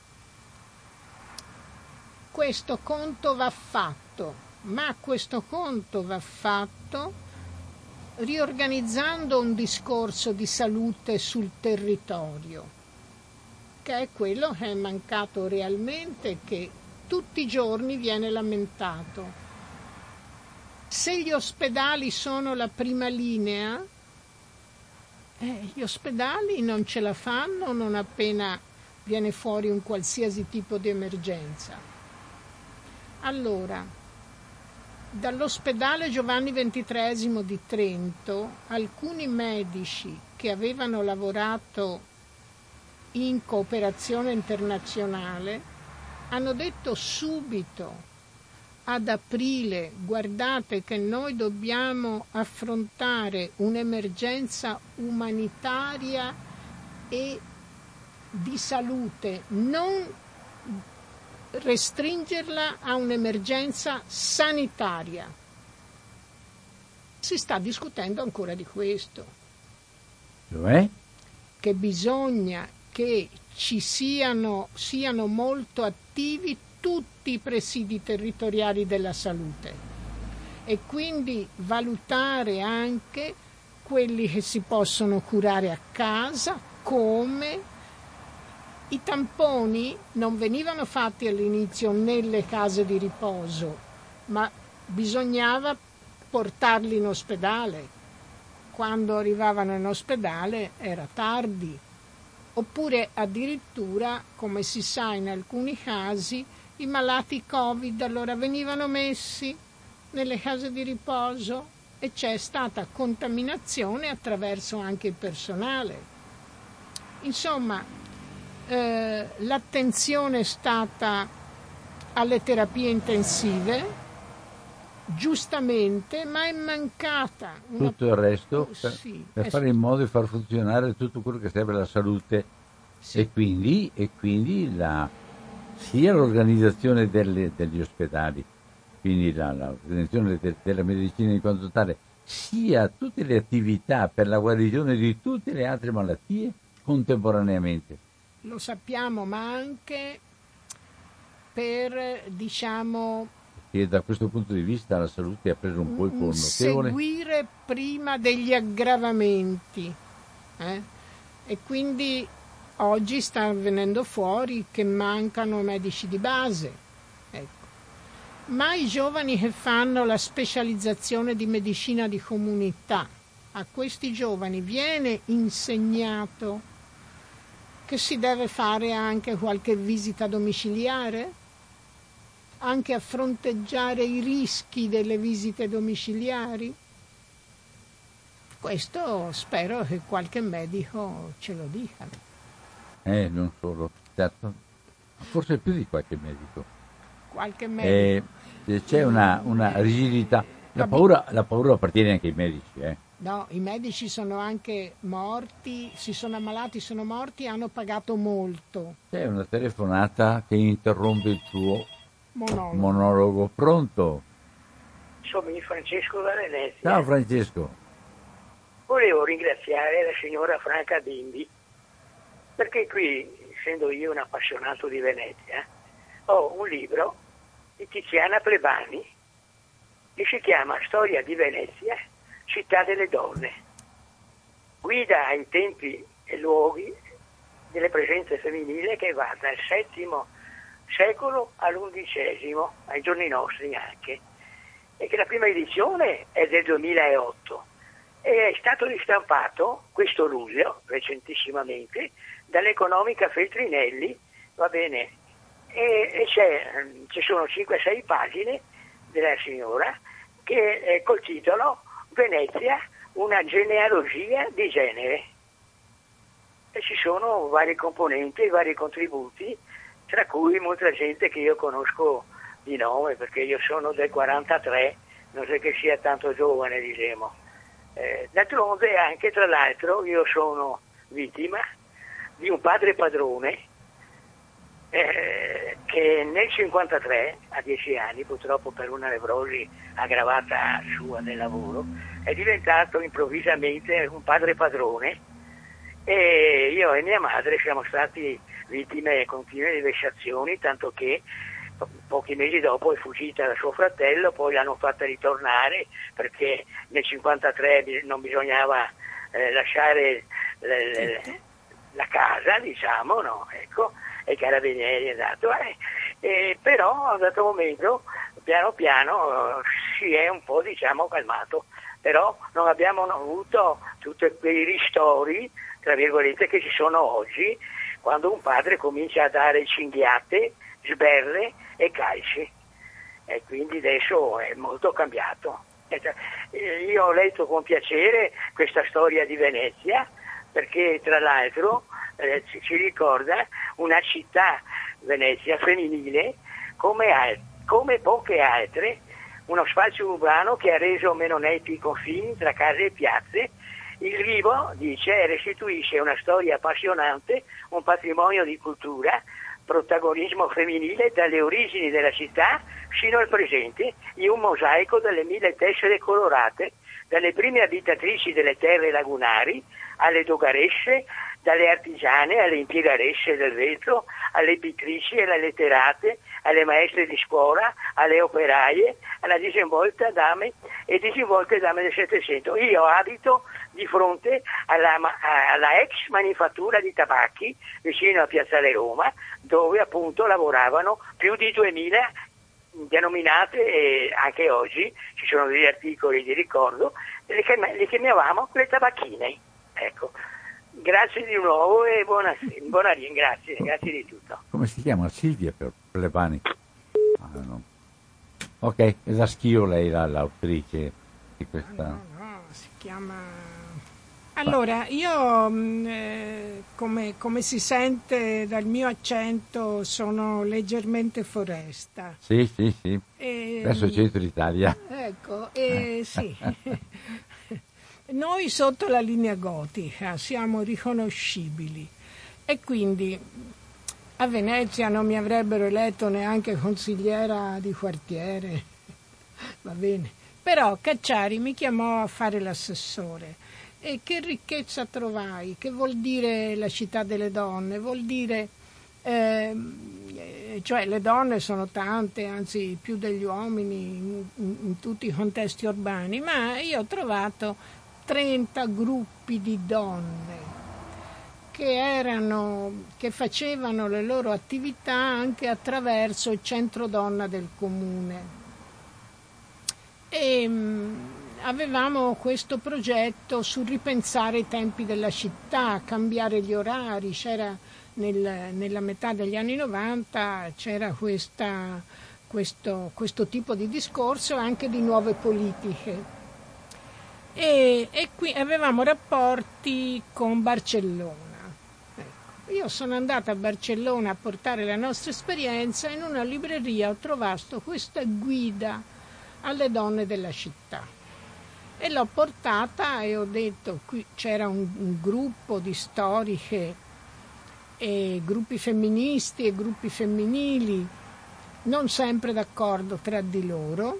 Questo conto va fatto, ma questo conto va fatto riorganizzando un discorso di salute sul territorio, che è quello che è mancato realmente, che tutti i giorni viene lamentato. Se gli ospedali sono la prima linea, eh, gli ospedali non ce la fanno non appena viene fuori un qualsiasi tipo di emergenza. Allora, dall'ospedale Giovanni ventitreesimo di Trento alcuni medici che avevano lavorato in cooperazione internazionale hanno detto subito ad aprile: guardate che noi dobbiamo affrontare un'emergenza umanitaria e di salute, non restringerla a un'emergenza sanitaria. Si sta discutendo ancora di questo. Cioè? Che bisogna che ci siano, siano molto attivi tutti i presidi territoriali della salute e quindi valutare anche quelli che si possono curare a casa, come i tamponi non venivano fatti all'inizio nelle case di riposo, ma bisognava portarli in ospedale. Quando arrivavano in ospedale era tardi. Oppure addirittura, come si sa in alcuni casi, i malati Covid allora venivano messi nelle case di riposo e c'è stata contaminazione attraverso anche il personale. Insomma, eh, l'attenzione è stata alle terapie intensive, giustamente, ma è mancata una... tutto il resto per, sì, per è... fare in modo di far funzionare tutto quello che serve alla salute, sì. e quindi, e quindi la, sia l'organizzazione delle, degli ospedali, quindi la, l'organizzazione de, della medicina in quanto tale, sia tutte le attività per la guarigione di tutte le altre malattie contemporaneamente. Lo sappiamo, ma anche per, diciamo, e da questo punto di vista la salute ha preso un colpo notevole. Seguire prima degli aggravamenti, eh? E quindi oggi sta venendo fuori che mancano medici di base, ecco. Ma i giovani che fanno la specializzazione di medicina di comunità, a questi giovani viene insegnato che si deve fare anche qualche visita domiciliare, anche a fronteggiare i rischi delle visite domiciliari? Questo spero che qualche medico ce lo dica. Eh, non solo, certo, forse più di qualche medico. Qualche medico. Eh, c'è una, una rigidità, la paura, la paura appartiene anche ai medici, eh. No, i medici sono anche morti, si sono ammalati, sono morti e hanno pagato molto. C'è una telefonata che interrompe il tuo monologo. monologo. Pronto? Sono Francesco da Venezia. Ciao Francesco. Volevo ringraziare la signora Franca Bimbi, perché qui, essendo io un appassionato di Venezia, ho un libro di Tiziana Plebani che si chiama Storia di Venezia, città delle donne. Guida ai tempi e luoghi delle presenze femminili che va dal settimo secolo all'undicesimo, ai giorni nostri anche, e che la prima edizione è del duemilaotto e è stato ristampato questo luglio, recentissimamente, dall'Economica Feltrinelli, va bene, e, e c'è, ci sono cinque sei pagine della signora che eh, col titolo Venezia, una genealogia di genere, e ci sono vari componenti, vari contributi, tra cui molta gente che io conosco di nome, perché io sono del quarantatré, non so che sia tanto giovane, diciamo. Eh, d'altronde anche, tra l'altro, io sono vittima di un padre padrone eh, che nel cinquantatré, a dieci anni, purtroppo per una nevrosi aggravata sua del lavoro, è diventato improvvisamente un padre padrone, e io e mia madre siamo stati vittime continue di vessazioni, tanto che po- pochi mesi dopo è fuggita da suo fratello, poi l'hanno fatta ritornare perché nel cinquantatré non bisognava eh, lasciare le, le, la casa, diciamo, no? Ecco, e i carabinieri è dato, eh. E però a un dato momento piano piano si è un po', diciamo, calmato, però non abbiamo avuto tutti quei ristori, tra virgolette, che ci sono oggi, quando un padre comincia a dare cinghiate, sberle e calci. e quindi adesso è molto cambiato. Io ho letto con piacere questa storia di Venezia, perché tra l'altro eh, ci, ci ricorda una città, Venezia, femminile, come, al- come poche altre, uno spazio urbano che ha reso meno netti i confini tra case e piazze. Il Rivo, dice, restituisce una storia appassionante, un patrimonio di cultura, protagonismo femminile dalle origini della città fino al presente, in un mosaico dalle mille tessere colorate, dalle prime abitatrici delle terre lagunari alle dogaresse, dalle artigiane alle impiegaresse del vetro, alle pittrici, alle letterate, alle maestre di scuola, alle operaie, alla disinvolta dame e disinvolte dame del Settecento. Io abito di fronte alla, alla ex manifattura di tabacchi vicino a Piazzale Roma, dove appunto lavoravano più di duemila denominate, e anche oggi ci sono degli articoli di ricordo, le, chiam- le chiamavamo le tabacchine. Ecco. Grazie di nuovo e buona, buona grazie, grazie di tutto. Come si chiama? Silvia per Plebani? Ah, no. Ok, è la Schio lei, la, l'autrice di questa... No, no, si chiama... Allora, io eh, come, come si sente dal mio accento sono leggermente foresta. Sì, sì, sì. E, Verso il centro d'Italia. Ecco, e sì. Noi sotto la linea gotica siamo riconoscibili e quindi a Venezia non mi avrebbero eletto neanche consigliera di quartiere, va bene. Però Cacciari mi chiamò a fare l'assessore e che ricchezza trovai, che vuol dire la città delle donne, vuol dire, eh, cioè le donne sono tante, anzi più degli uomini in, in, in tutti i contesti urbani, ma io ho trovato trenta gruppi di donne che erano, che facevano le loro attività anche attraverso il centro donna del comune. E mh, avevamo questo progetto sul ripensare i tempi della città, cambiare gli orari. C'era nel, nella metà degli anni novanta c'era questa, questo, questo tipo di discorso anche di nuove politiche. E, e qui avevamo rapporti con Barcellona. Ecco, io sono andata a Barcellona a portare la nostra esperienza e in una libreria ho trovato questa guida alle donne della città e l'ho portata e ho detto, qui c'era un, un gruppo di storiche e gruppi femministi e gruppi femminili non sempre d'accordo tra di loro.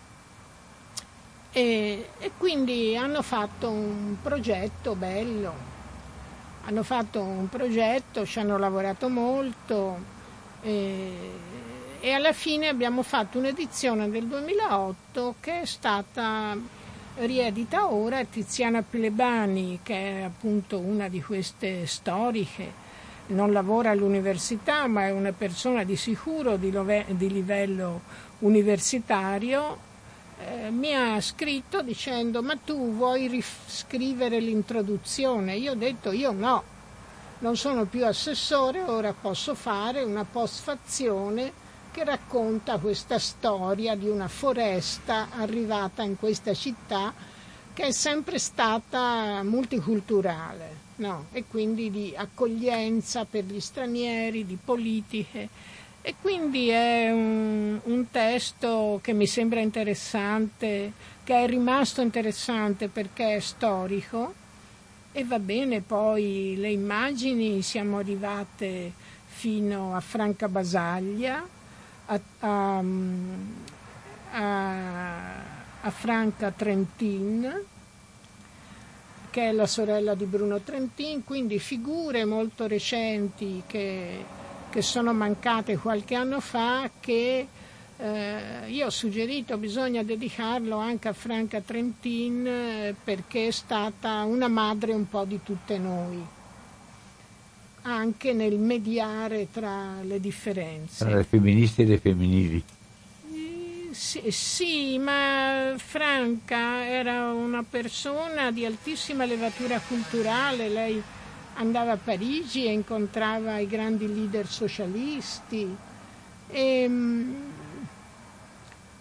E, e quindi hanno fatto un progetto bello, hanno fatto un progetto, ci hanno lavorato molto e, e alla fine abbiamo fatto un'edizione del duemilaotto che è stata riedita ora. Tiziana Plebani, che è appunto una di queste storiche, non lavora all'università ma è una persona di sicuro di, love, di livello universitario. Eh, mi ha scritto dicendo: ma tu vuoi riscrivere l'introduzione? Io ho detto: io no, non sono più assessore, ora posso fare una postfazione che racconta questa storia di una foresta arrivata in questa città che è sempre stata multiculturale, no? E quindi di accoglienza per gli stranieri, di politiche. E quindi è un, un testo che mi sembra interessante, che è rimasto interessante perché è storico e va bene. Poi le immagini, siamo arrivate fino a Franca Basaglia, a, a, a, a Franca Trentin, che è la sorella di Bruno Trentin, quindi figure molto recenti che... che sono mancate qualche anno fa, che eh, io ho suggerito bisogna dedicarlo anche a Franca Trentin eh, perché è stata una madre un po' di tutte noi, anche nel mediare tra le differenze. Tra le femministe e le femminili. Eh, sì, sì, ma Franca era una persona di altissima levatura culturale. Lei andava a Parigi e incontrava i grandi leader socialisti e,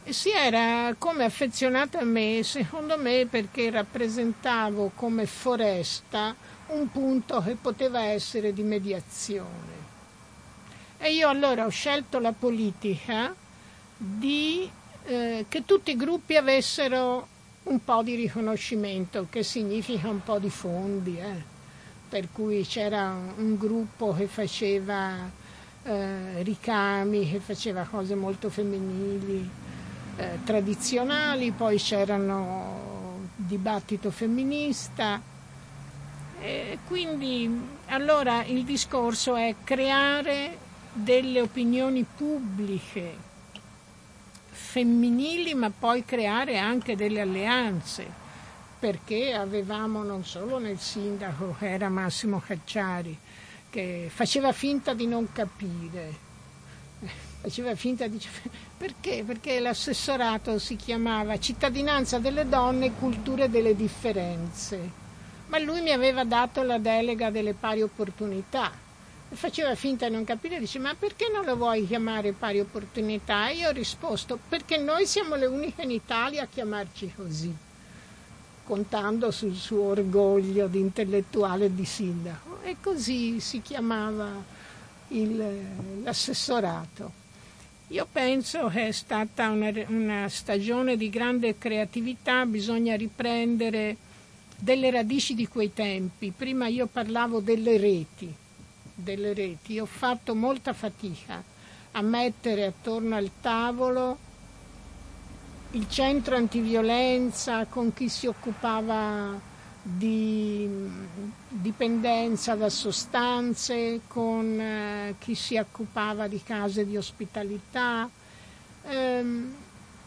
E si era come affezionata a me, secondo me perché rappresentavo come foresta un punto che poteva essere di mediazione. E io allora ho scelto la politica di eh, che tutti i gruppi avessero un po' di riconoscimento, che significa un po' di fondi, eh. Per cui c'era un, un gruppo che faceva eh, ricami, che faceva cose molto femminili, eh, tradizionali, poi c'erano dibattito femminista, e quindi allora il discorso è creare delle opinioni pubbliche femminili, ma poi creare anche delle alleanze, perché avevamo non solo nel sindaco, che era Massimo Cacciari, che faceva finta di non capire, faceva finta di... Perché? Perché l'assessorato si chiamava Cittadinanza delle donne, culture delle differenze, ma lui mi aveva dato la delega delle pari opportunità. Faceva finta di non capire, dice: ma perché non lo vuoi chiamare pari opportunità? E io ho risposto: perché noi siamo le uniche in Italia a chiamarci così, contando sul suo orgoglio di intellettuale e di sindaco. E così si chiamava il, l'assessorato. Io penso che è stata una, una stagione di grande creatività, bisogna riprendere delle radici di quei tempi. Prima io parlavo delle reti, delle reti. Ho fatto molta fatica a mettere attorno al tavolo il centro antiviolenza con chi si occupava di dipendenza da sostanze, con eh, chi si occupava di case di ospitalità. Ehm,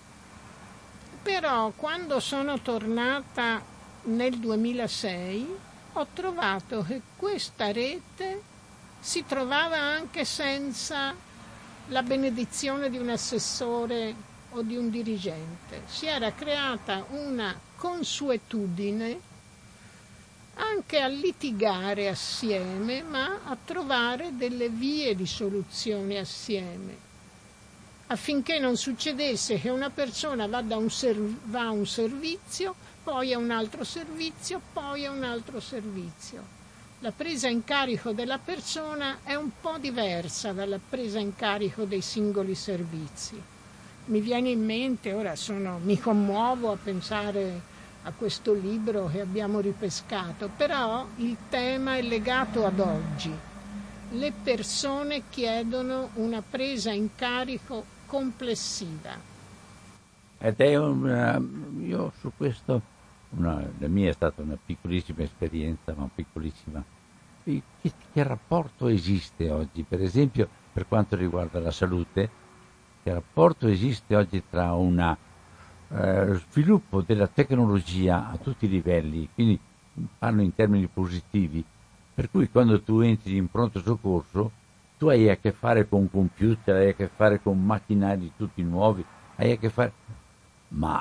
però quando sono tornata nel duemilasei ho trovato che questa rete si trovava anche senza la benedizione di un assessore o di un dirigente. Si era creata una consuetudine anche a litigare assieme, ma a trovare delle vie di soluzione assieme, affinché non succedesse che una persona va, da un serv- va a un servizio, poi a un altro servizio, poi a un altro servizio. La presa in carico della persona è un po' diversa dalla presa in carico dei singoli servizi. Mi viene in mente, ora sono, mi commuovo a pensare a questo libro che abbiamo ripescato, però il tema è legato ad oggi. Le persone chiedono una presa in carico complessiva. Ed è una, io su questo, una, la mia è stata una piccolissima esperienza, ma piccolissima. Che, che rapporto esiste oggi, per esempio, per quanto riguarda la salute? Che rapporto esiste oggi tra una eh, sviluppo della tecnologia a tutti i livelli, quindi parlo in termini positivi, per cui quando tu entri in pronto soccorso tu hai a che fare con computer, hai a che fare con macchinari tutti nuovi, hai a che fare, ma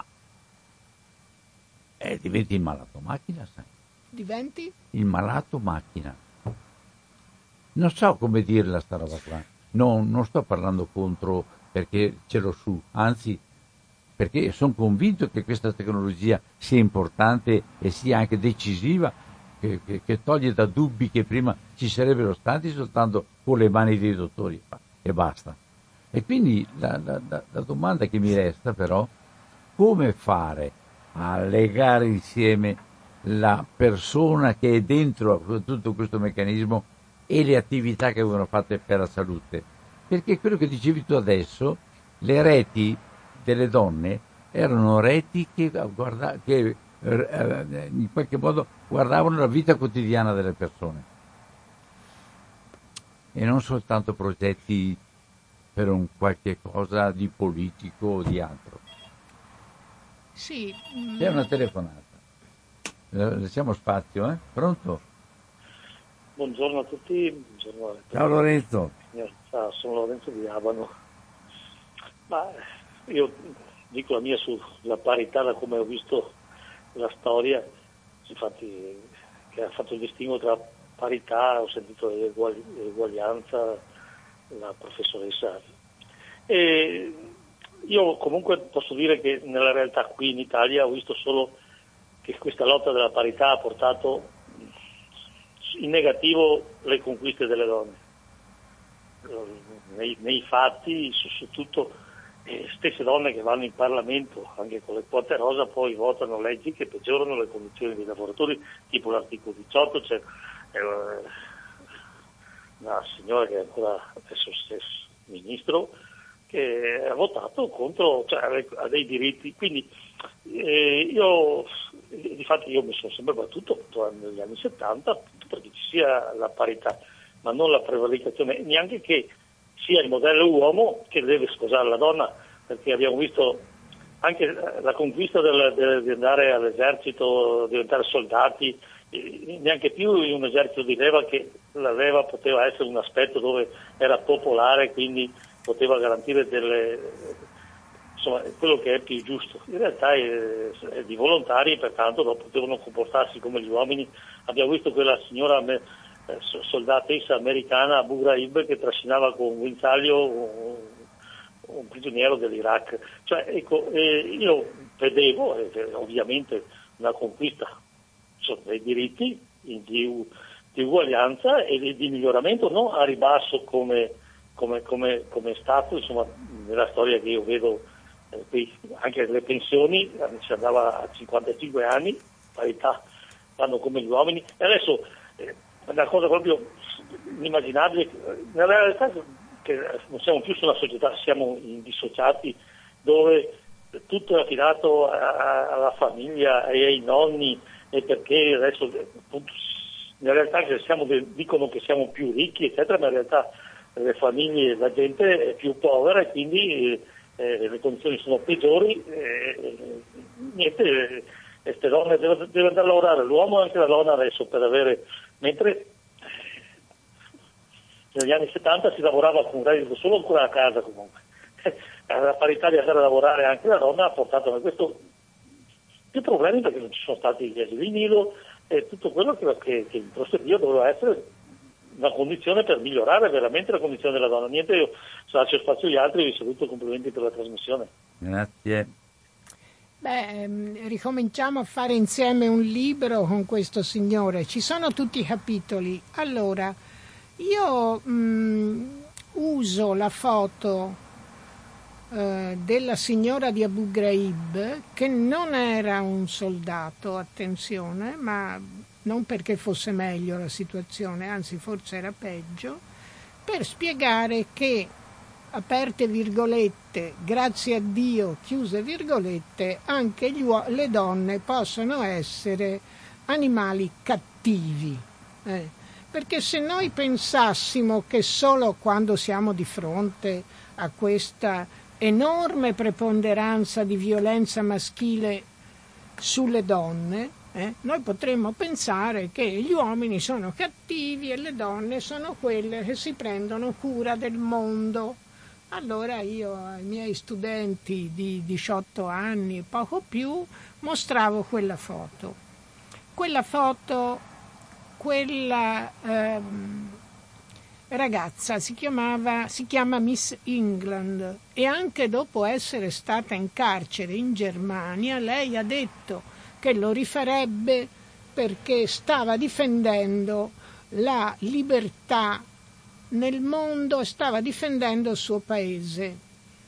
eh, diventi il malato macchina, sai? Diventi? Il malato macchina. Non so come dirla sta roba qua, no, non sto parlando contro perché ce l'ho su, anzi perché sono convinto che questa tecnologia sia importante e sia anche decisiva, che, che, che toglie da dubbi che prima ci sarebbero stati soltanto con le mani dei dottori e basta. E quindi la, la, la domanda che mi resta però, come fare a legare insieme la persona che è dentro tutto questo meccanismo e le attività che vengono fatte per la salute? Perché quello che dicevi tu adesso, le reti delle donne erano reti che, guarda, che eh, in qualche modo guardavano la vita quotidiana delle persone e non soltanto progetti per un qualche cosa di politico o di altro. Sì. C'è una telefonata. Lasciamo spazio, eh? Pronto? Buongiorno a tutti. Buongiorno a Ciao Lorenzo. Ciao, sono Lorenzo di Abano. Ma io dico la mia sulla parità, da come ho visto la storia, infatti che ha fatto il distinguo tra parità, ho sentito l'eguaglianza, la professoressa. E io comunque posso dire che nella realtà qui in Italia ho visto solo che questa lotta della parità ha portato in negativo le conquiste delle donne, nei, nei fatti, su, su tutto, eh, stesse donne che vanno in Parlamento anche con le quote rosa poi votano leggi che peggiorano le condizioni dei lavoratori, tipo l'articolo diciotto, c'è eh, una signora che è ancora adesso stesso ministro che ha votato contro, cioè ha dei diritti, quindi eh, io difatti io mi sono sempre battuto negli anni settanta perché ci sia la parità, ma non la prevaricazione, neanche che sia il modello uomo che deve sposare la donna, perché abbiamo visto anche la conquista del, del, di andare all'esercito, diventare soldati, eh, neanche più in un esercito di leva, che la leva poteva essere un aspetto dove era popolare, quindi poteva garantire delle, insomma, quello che è più giusto. In realtà è, è di volontari e pertanto non potevano comportarsi come gli uomini. Abbiamo visto quella signora eh, soldatessa americana Abu Ghraib che trascinava con un guinzaglio un, un prigioniero dell'Iraq. Cioè, ecco, eh, io vedevo eh, ovviamente una conquista, insomma, dei diritti di, di uguaglianza e di, di miglioramento, non a ribasso come Come, come, come è stato, insomma, nella storia che io vedo eh, qui, anche le pensioni, si andava a cinquantacinque anni, parità, vanno come gli uomini, e adesso eh, è una cosa proprio inimmaginabile, nella realtà che non siamo più su una società, siamo dissociati, dove tutto è affidato a, a, alla famiglia e ai nonni, e perché adesso appunto, nella realtà che siamo, dicono che siamo più ricchi, eccetera, ma in realtà le famiglie, la gente è più povera e quindi eh, le condizioni sono peggiori, eh, niente, queste donne devono, devono andare a lavorare, l'uomo e anche la donna adesso per avere, mentre negli anni settanta si lavorava con un reddito solo ancora a casa comunque, la parità di andare a lavorare anche la donna ha portato a questo più problemi perché non ci sono stati gli asili nido e tutto quello che, che, che in prospettiva doveva essere una condizione per migliorare veramente la condizione della donna. Niente, io lascio spazio agli altri e vi saluto, complimenti per la trasmissione. Grazie. Beh, ricominciamo a fare insieme un libro con questo signore, ci sono tutti i capitoli. Allora, io mh, uso la foto eh, della signora di Abu Ghraib, che non era un soldato, attenzione, ma non perché fosse meglio la situazione, anzi forse era peggio, per spiegare che, aperte virgolette, grazie a Dio, chiuse virgolette, anche gli uo- le donne possono essere animali cattivi. Eh. Perché se noi pensassimo che solo quando siamo di fronte a questa enorme preponderanza di violenza maschile sulle donne, Eh, noi potremmo pensare che gli uomini sono cattivi e le donne sono quelle che si prendono cura del mondo. Allora io ai miei studenti di diciotto anni, poco più, mostravo quella foto. Quella foto, quella ehm, ragazza si chiamava, si chiama Miss England, e anche dopo essere stata in carcere in Germania, lei ha detto che lo rifarebbe perché stava difendendo la libertà nel mondo e stava difendendo il suo paese.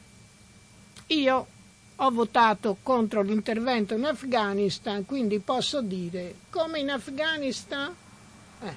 Io ho votato contro l'intervento in Afghanistan, quindi posso dire, come in Afghanistan, eh,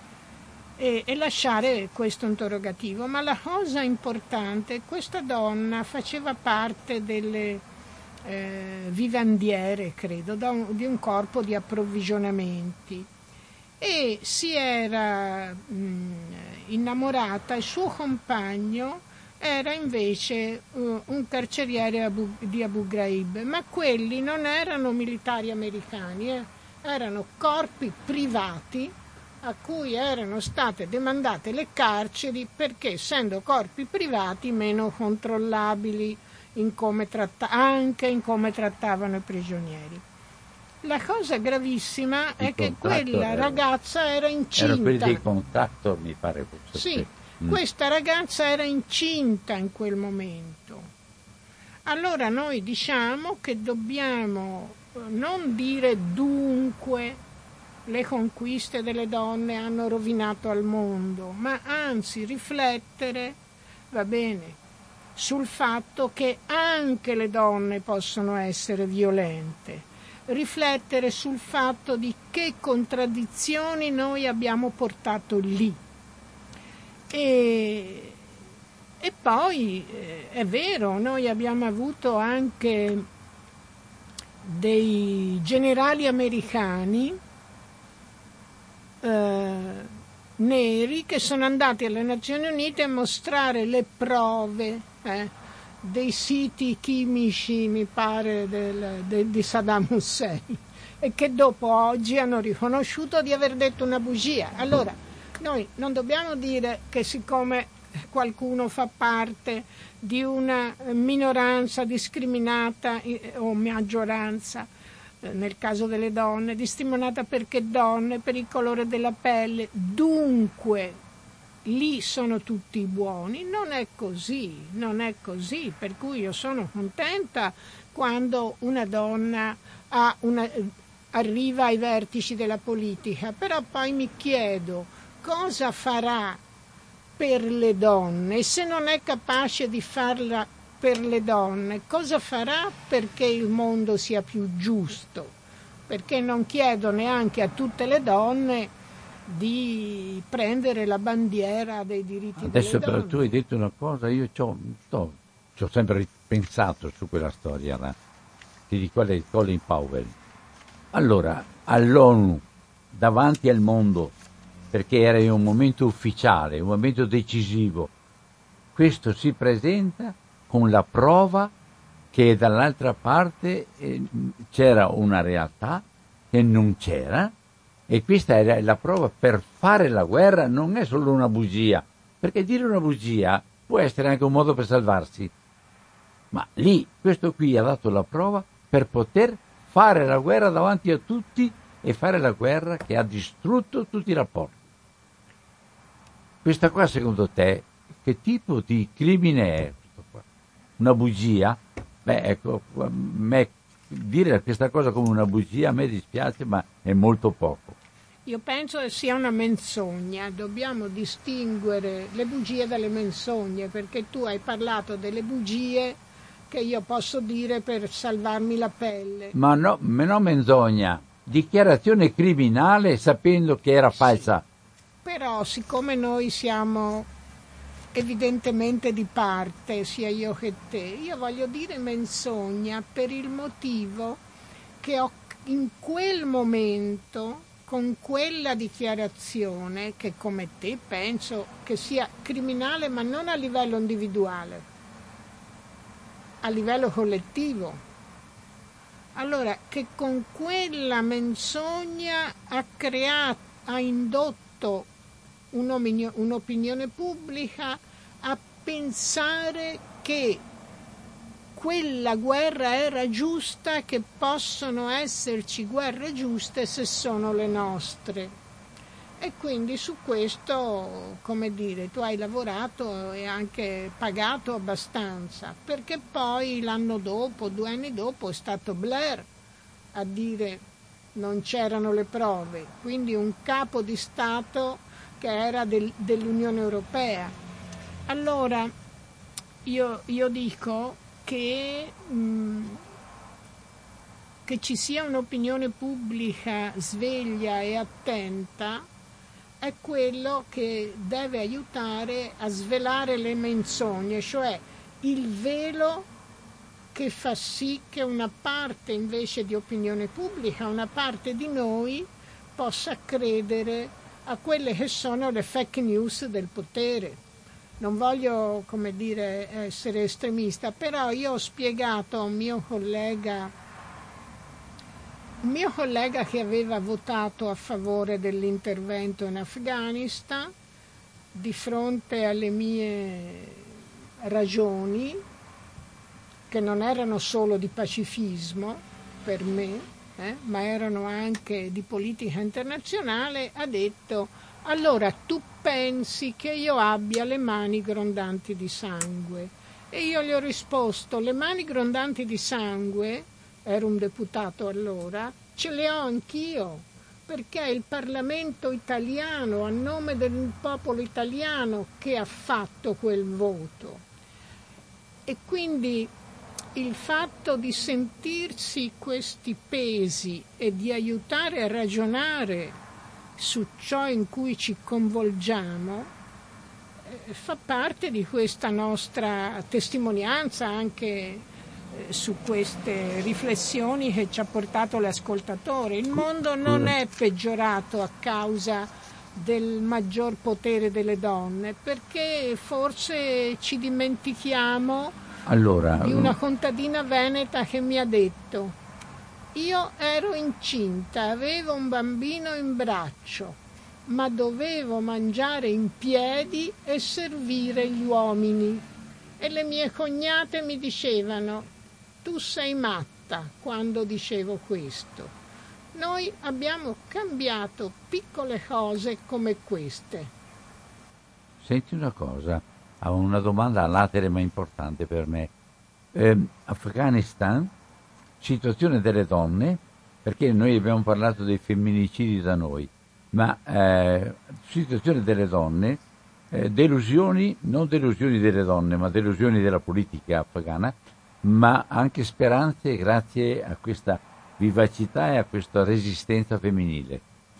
e, e lasciare questo interrogativo. Ma la cosa importante, questa donna faceva parte delle Eh, vivandiere, credo, da un, di un corpo di approvvigionamenti, e si era mh, innamorata, il suo compagno era invece uh, un carceriere Abu, di Abu Ghraib, ma quelli non erano militari americani, eh, erano corpi privati a cui erano state demandate le carceri perché, essendo corpi privati, meno controllabili in come tratta- anche in come trattavano i prigionieri. La cosa gravissima il è che quella era, ragazza era incinta. Erano quelli dei Contractor, mi pare fosse. Sì, mm. questa ragazza era incinta in quel momento. Allora noi diciamo che dobbiamo non dire dunque le conquiste delle donne hanno rovinato al mondo, ma anzi riflettere, va bene, sul fatto che anche le donne possono essere violente, riflettere sul fatto di che contraddizioni noi abbiamo portato lì. E, e poi eh, è vero, noi abbiamo avuto anche dei generali americani eh, neri che sono andati alle Nazioni Unite a mostrare le prove eh, dei siti chimici, mi pare, del, del, di Saddam Hussein, e che dopo oggi hanno riconosciuto di aver detto una bugia. Allora, noi non dobbiamo dire che siccome qualcuno fa parte di una minoranza discriminata o maggioranza, nel caso delle donne, discriminata perché donne, per il colore della pelle, dunque lì sono tutti buoni. Non è così, non è così, per cui io sono contenta quando una donna ha una, arriva ai vertici della politica, però poi mi chiedo cosa farà per le donne, e se non è capace di farla per le donne, cosa farà perché il mondo sia più giusto? Perché non chiedo neanche a tutte le donne di prendere la bandiera dei diritti Adesso delle donne. Però tu hai detto una cosa, io ci ho, ci ho sempre pensato su quella storia, no? Di quella di Colin Powell. Allora, all'ONU, davanti al mondo, perché era in un momento ufficiale, un momento decisivo, questo si presenta con la prova che dall'altra parte eh, c'era una realtà che non c'era, e questa è la prova. Per fare la guerra non è solo una bugia, perché dire una bugia può essere anche un modo per salvarsi, ma lì questo qui ha dato la prova per poter fare la guerra davanti a tutti, e fare la guerra che ha distrutto tutti i rapporti. Questa qua, secondo te, che tipo di crimine è? Una bugia? Beh, ecco, a me dire questa cosa come una bugia a me dispiace, ma è molto poco. Io penso che sia una menzogna, dobbiamo distinguere le bugie dalle menzogne, perché tu hai parlato delle bugie che io posso dire per salvarmi la pelle. Ma no, no menzogna, dichiarazione criminale sapendo che era falsa. Sì, però siccome noi siamo evidentemente di parte, sia io che te, io voglio dire menzogna per il motivo che ho in quel momento, con quella dichiarazione, che come te penso che sia criminale, ma non a livello individuale, a livello collettivo. Allora, che con quella menzogna ha creato, ha indotto un'opinione pubblica a pensare che quella guerra era giusta, che possono esserci guerre giuste se sono le nostre. E quindi su questo, come dire, tu hai lavorato e anche pagato abbastanza, perché poi l'anno dopo, due anni dopo, è stato Blair a dire non c'erano le prove, quindi un capo di Stato che era del, dell'Unione Europea. Allora io, io dico che, mh, che ci sia un'opinione pubblica sveglia e attenta è quello che deve aiutare a svelare le menzogne, cioè il velo che fa sì che una parte invece di opinione pubblica, una parte di noi possa credere a quelle che sono le fake news del potere. Non voglio, come dire, essere estremista, però io ho spiegato a un mio collega, un mio collega che aveva votato a favore dell'intervento in Afghanistan, di fronte alle mie ragioni, che non erano solo di pacifismo per me, Eh, ma erano anche di politica internazionale, ha detto: allora tu pensi che io abbia le mani grondanti di sangue? E io gli ho risposto: le mani grondanti di sangue, ero un deputato allora, ce le ho anch'io, perché è il Parlamento italiano, a nome del popolo italiano, che ha fatto quel voto. E quindi il fatto di sentirsi questi pesi e di aiutare a ragionare su ciò in cui ci convolgiamo eh, fa parte di questa nostra testimonianza anche eh, su queste riflessioni che ci ha portato l'ascoltatore. Il mondo non è peggiorato a causa del maggior potere delle donne, perché forse ci dimentichiamo allora, di una contadina veneta che mi ha detto: io ero incinta, avevo un bambino in braccio, ma dovevo mangiare in piedi e servire gli uomini. E le mie cognate mi dicevano: tu sei matta, quando dicevo questo. Noi abbiamo cambiato piccole cose come queste. Senti una cosa, ho una domanda all'atere ma importante per me. Eh, Afghanistan, situazione delle donne, perché noi abbiamo parlato dei femminicidi da noi, ma eh, situazione delle donne, eh, delusioni, non delusioni delle donne, ma delusioni della politica afghana, ma anche speranze grazie a questa vivacità e a questa resistenza femminile.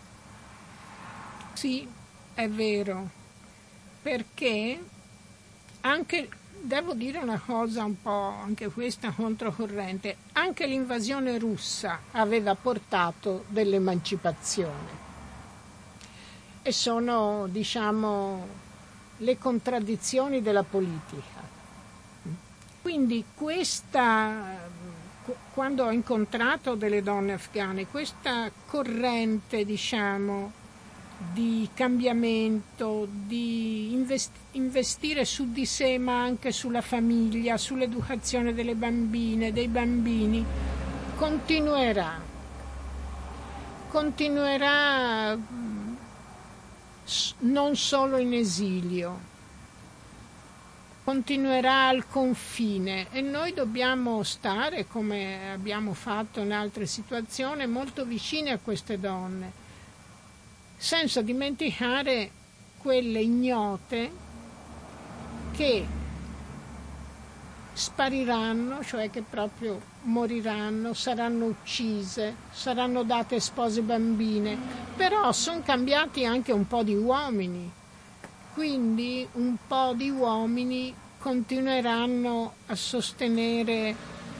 Sì, è vero, perché anche, devo dire una cosa un po' anche questa controcorrente, anche l'invasione russa aveva portato dell'emancipazione. E sono, diciamo, le contraddizioni della politica. Quindi questa, quando ho incontrato delle donne afghane, questa corrente, diciamo, di cambiamento, di invest- investire su di sé ma anche sulla famiglia, sull'educazione delle bambine, dei bambini, continuerà. Continuerà non solo in esilio, continuerà al confine e noi dobbiamo stare, come abbiamo fatto in altre situazioni, molto vicini a queste donne, senza dimenticare quelle ignote che spariranno, cioè che proprio moriranno, saranno uccise, saranno date spose bambine, però sono cambiati anche un po' di uomini. Quindi un po' di uomini continueranno a sostenere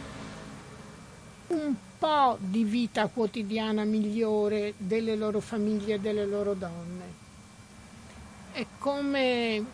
un po' di vita quotidiana migliore delle loro famiglie e delle loro donne. È come,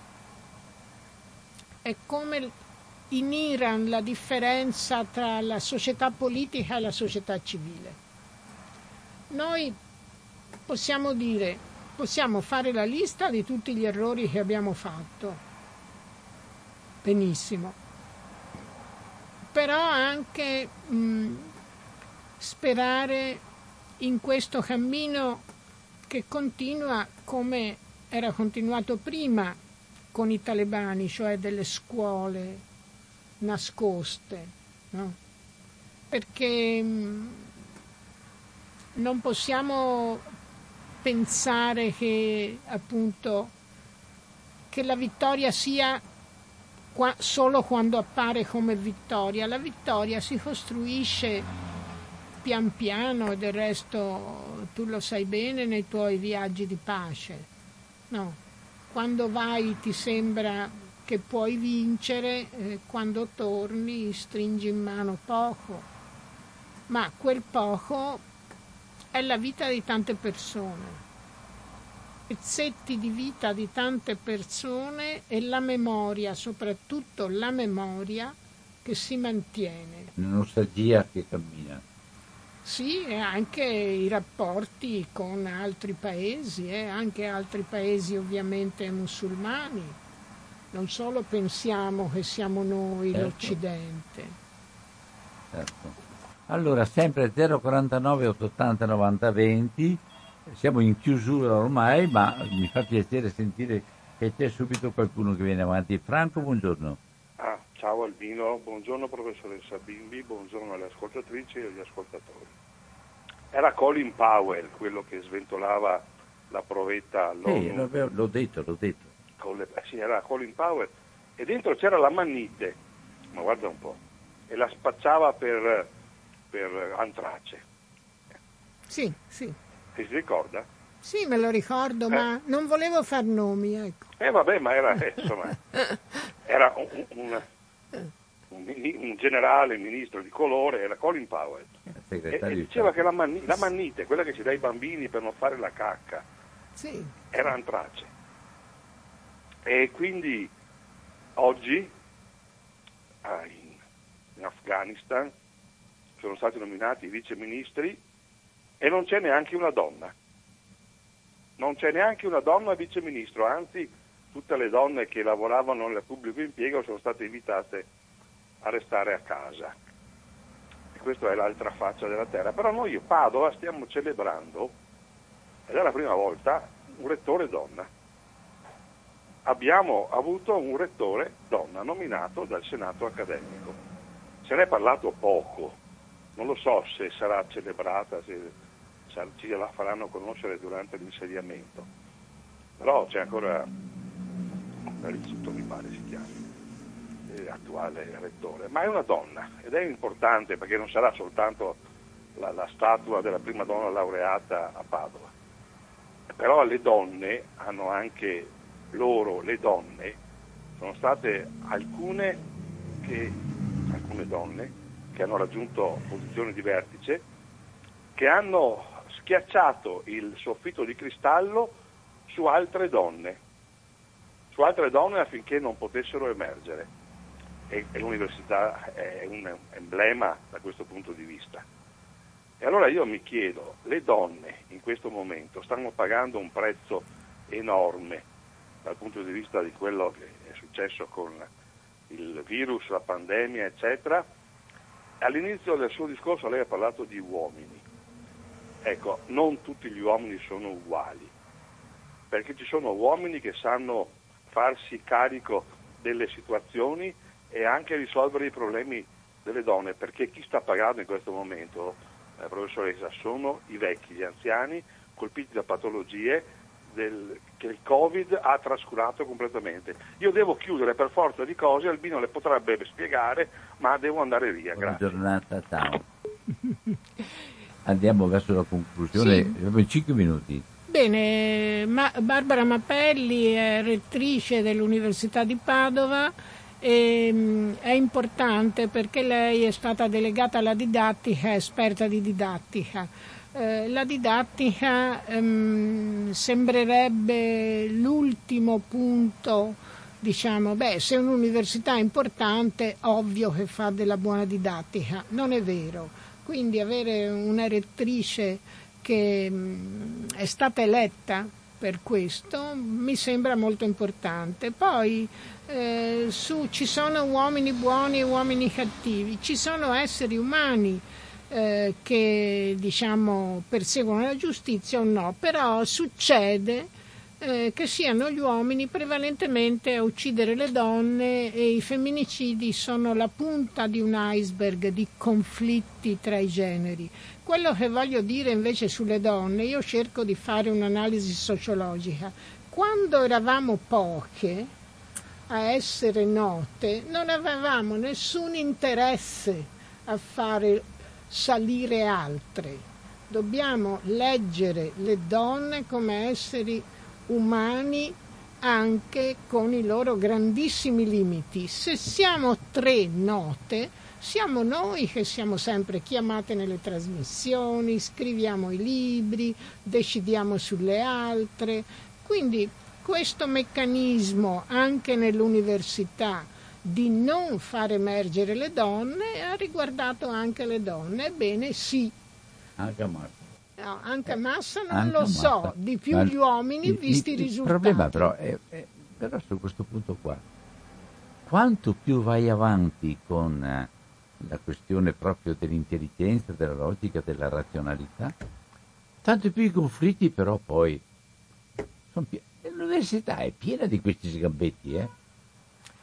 è come in Iran la differenza tra la società politica e la società civile. Noi possiamo dire, possiamo fare la lista di tutti gli errori che abbiamo fatto, benissimo, però anche mh, sperare in questo cammino che continua come era continuato prima con i talebani, cioè delle scuole nascoste, no? Perché mh, non possiamo pensare che appunto che la vittoria sia qua, solo quando appare come vittoria. La vittoria si costruisce pian piano e del resto tu lo sai bene nei tuoi viaggi di pace, no? Quando vai ti sembra che puoi vincere, eh, quando torni stringi in mano poco, ma quel poco è la vita di tante persone, pezzetti di vita di tante persone e la memoria, soprattutto la memoria che si mantiene. La nostalgia che cammina. Sì, e anche i rapporti con altri paesi, eh, anche altri paesi ovviamente musulmani. Non solo pensiamo che siamo noi, certo, l'Occidente. Certo. Allora, sempre zero quarantanove ottocentottanta novanta venti, siamo in chiusura ormai, ma mi fa piacere sentire che c'è subito qualcuno che viene avanti. Franco, buongiorno. Ah, Ciao Albino, buongiorno professoressa Bimbi, buongiorno alle ascoltatrici e agli ascoltatori. Era Colin Powell quello che sventolava la provetta all'ONU. Sì, l'ho, l'ho detto, l'ho detto. Con le, eh sì, era Colin Powell e dentro c'era la Mannite, ma guarda un po', e la spacciava per, per antrace. Sì, sì. Ti si ricorda? Sì, me lo ricordo, eh. ma non volevo far nomi, ecco. Eh vabbè, ma era, eh, insomma, era un, un, un, un generale, un ministro di colore, era Colin Powell. E, e diceva che la, manni, la Mannite, quella che si dà ai bambini per non fare la cacca, sì, era antrace. E quindi oggi ah, in, in Afghanistan sono stati nominati i viceministri e non c'è neanche una donna. Non c'è neanche una donna viceministro, anzi tutte le donne che lavoravano nel pubblico impiego sono state invitate a restare a casa. E questa è l'altra faccia della terra. Però noi a Padova stiamo celebrando, ed è la prima volta, un rettore donna. Abbiamo avuto un rettore donna nominato dal Senato accademico. Se ne è parlato poco, non lo so se sarà celebrata, se ci la faranno conoscere durante l'insediamento, però c'è ancora Rizzuto, mi pare si chiami, attuale rettore, ma è una donna ed è importante perché non sarà soltanto la, la statua della prima donna laureata a Padova, però le donne hanno anche loro, le donne, sono state alcune che alcune donne che hanno raggiunto posizioni di vertice, che hanno schiacciato il soffitto di cristallo su altre donne, su altre donne affinché non potessero emergere. E, e l'università è un emblema da questo punto di vista. E allora io mi chiedo, le donne in questo momento stanno pagando un prezzo enorme dal punto di vista di quello che è successo con il virus, la pandemia, eccetera. All'inizio del suo discorso lei ha parlato di uomini. Ecco, non tutti gli uomini sono uguali, perché ci sono uomini che sanno farsi carico delle situazioni e anche risolvere i problemi delle donne, perché chi sta pagando in questo momento, eh, professoressa, sono i vecchi, gli anziani colpiti da patologie del, che il Covid ha trascurato completamente. Io devo chiudere per forza di cose, Albino le potrebbe spiegare, ma devo andare via. Buona grazie. giornata, ciao. Andiamo verso la conclusione, Sì. abbiamo cinque minuti. Bene, Ma- Barbara Mappelli è rettrice dell'Università di Padova e mh, è importante perché lei è stata delegata alla didattica, è esperta di didattica. Eh, la didattica ehm, sembrerebbe l'ultimo punto, diciamo, beh, se un'università è importante, ovvio che fa della buona didattica, non è vero. Quindi avere una rettrice che mh, è stata eletta per questo mi sembra molto importante. Poi eh, su, ci sono uomini buoni e uomini cattivi, ci sono esseri umani eh, che diciamo perseguono la giustizia o no, però succede eh, che siano gli uomini prevalentemente a uccidere le donne e i femminicidi sono la punta di un iceberg di conflitti tra i generi. Quello che voglio dire invece sulle donne, io cerco di fare un'analisi sociologica. Quando eravamo poche a essere note, non avevamo nessun interesse a fare salire altre. Dobbiamo leggere le donne come esseri umani anche con i loro grandissimi limiti. Se siamo tre note, siamo noi che siamo sempre chiamate nelle trasmissioni, scriviamo i libri, decidiamo sulle altre. Quindi questo meccanismo anche nell'università di non far emergere le donne ha riguardato anche le donne. Ebbene sì. Anche a Marco. No, anche a massa non Anche lo a so, massa. di più Ma gli uomini il, visti il, i risultati. Il problema però è, è però su questo punto qua, quanto più vai avanti con eh, la questione proprio dell'intelligenza, della logica, della razionalità, tanto più i conflitti però poi sono pieni. L'università è piena di questi sgambetti, eh?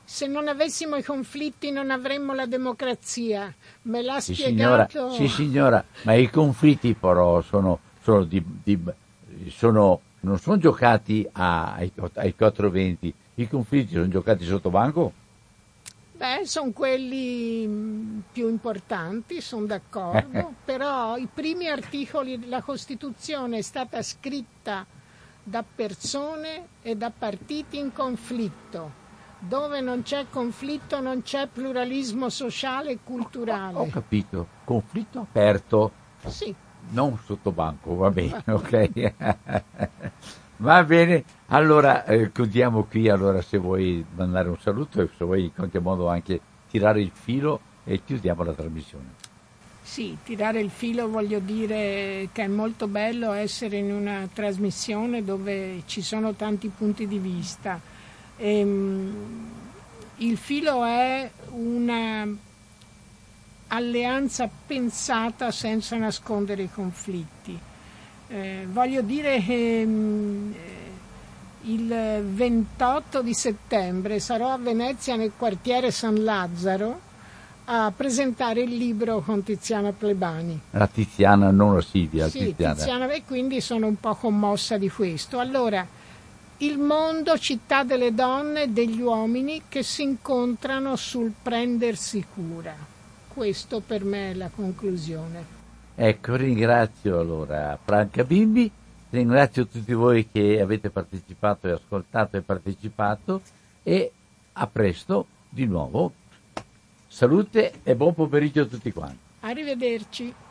se non avessimo i conflitti non avremmo la democrazia. Me l'ha sì, spiegato... Signora, sì, signora, ma i conflitti però sono, sono, di, di, sono non sono giocati a, ai, ai quattro venti, i conflitti sono giocati sotto banco? Beh, sono quelli più importanti, sono d'accordo, però i primi articoli della Costituzione è stata scritta da persone e da partiti in conflitto. Dove non c'è conflitto non c'è pluralismo sociale e culturale. Ho capito, conflitto aperto, sì. Non sotto banco, va bene, ok. Va bene, allora eh, chiudiamo qui, allora se vuoi mandare un saluto e se vuoi in qualche modo anche tirare il filo e chiudiamo la trasmissione. Sì, tirare il filo voglio dire che è molto bello essere in una trasmissione dove ci sono tanti punti di vista. Ehm, il filo è una alleanza pensata senza nascondere i conflitti. Eh, voglio dire che ehm, il ventotto di settembre sarò a Venezia nel quartiere San Lazzaro a presentare il libro con Tiziana Plebani. La Tiziana, non la Silvia, sì, Tiziana. Tiziana, e quindi sono un po' commossa di questo. Allora, il mondo, città delle donne e degli uomini che si incontrano sul prendersi cura. Questo per me è la conclusione. Ecco, ringrazio allora Franca Bimbi, ringrazio tutti voi che avete partecipato e ascoltato e partecipato e a presto di nuovo. Salute e buon pomeriggio a tutti quanti. Arrivederci.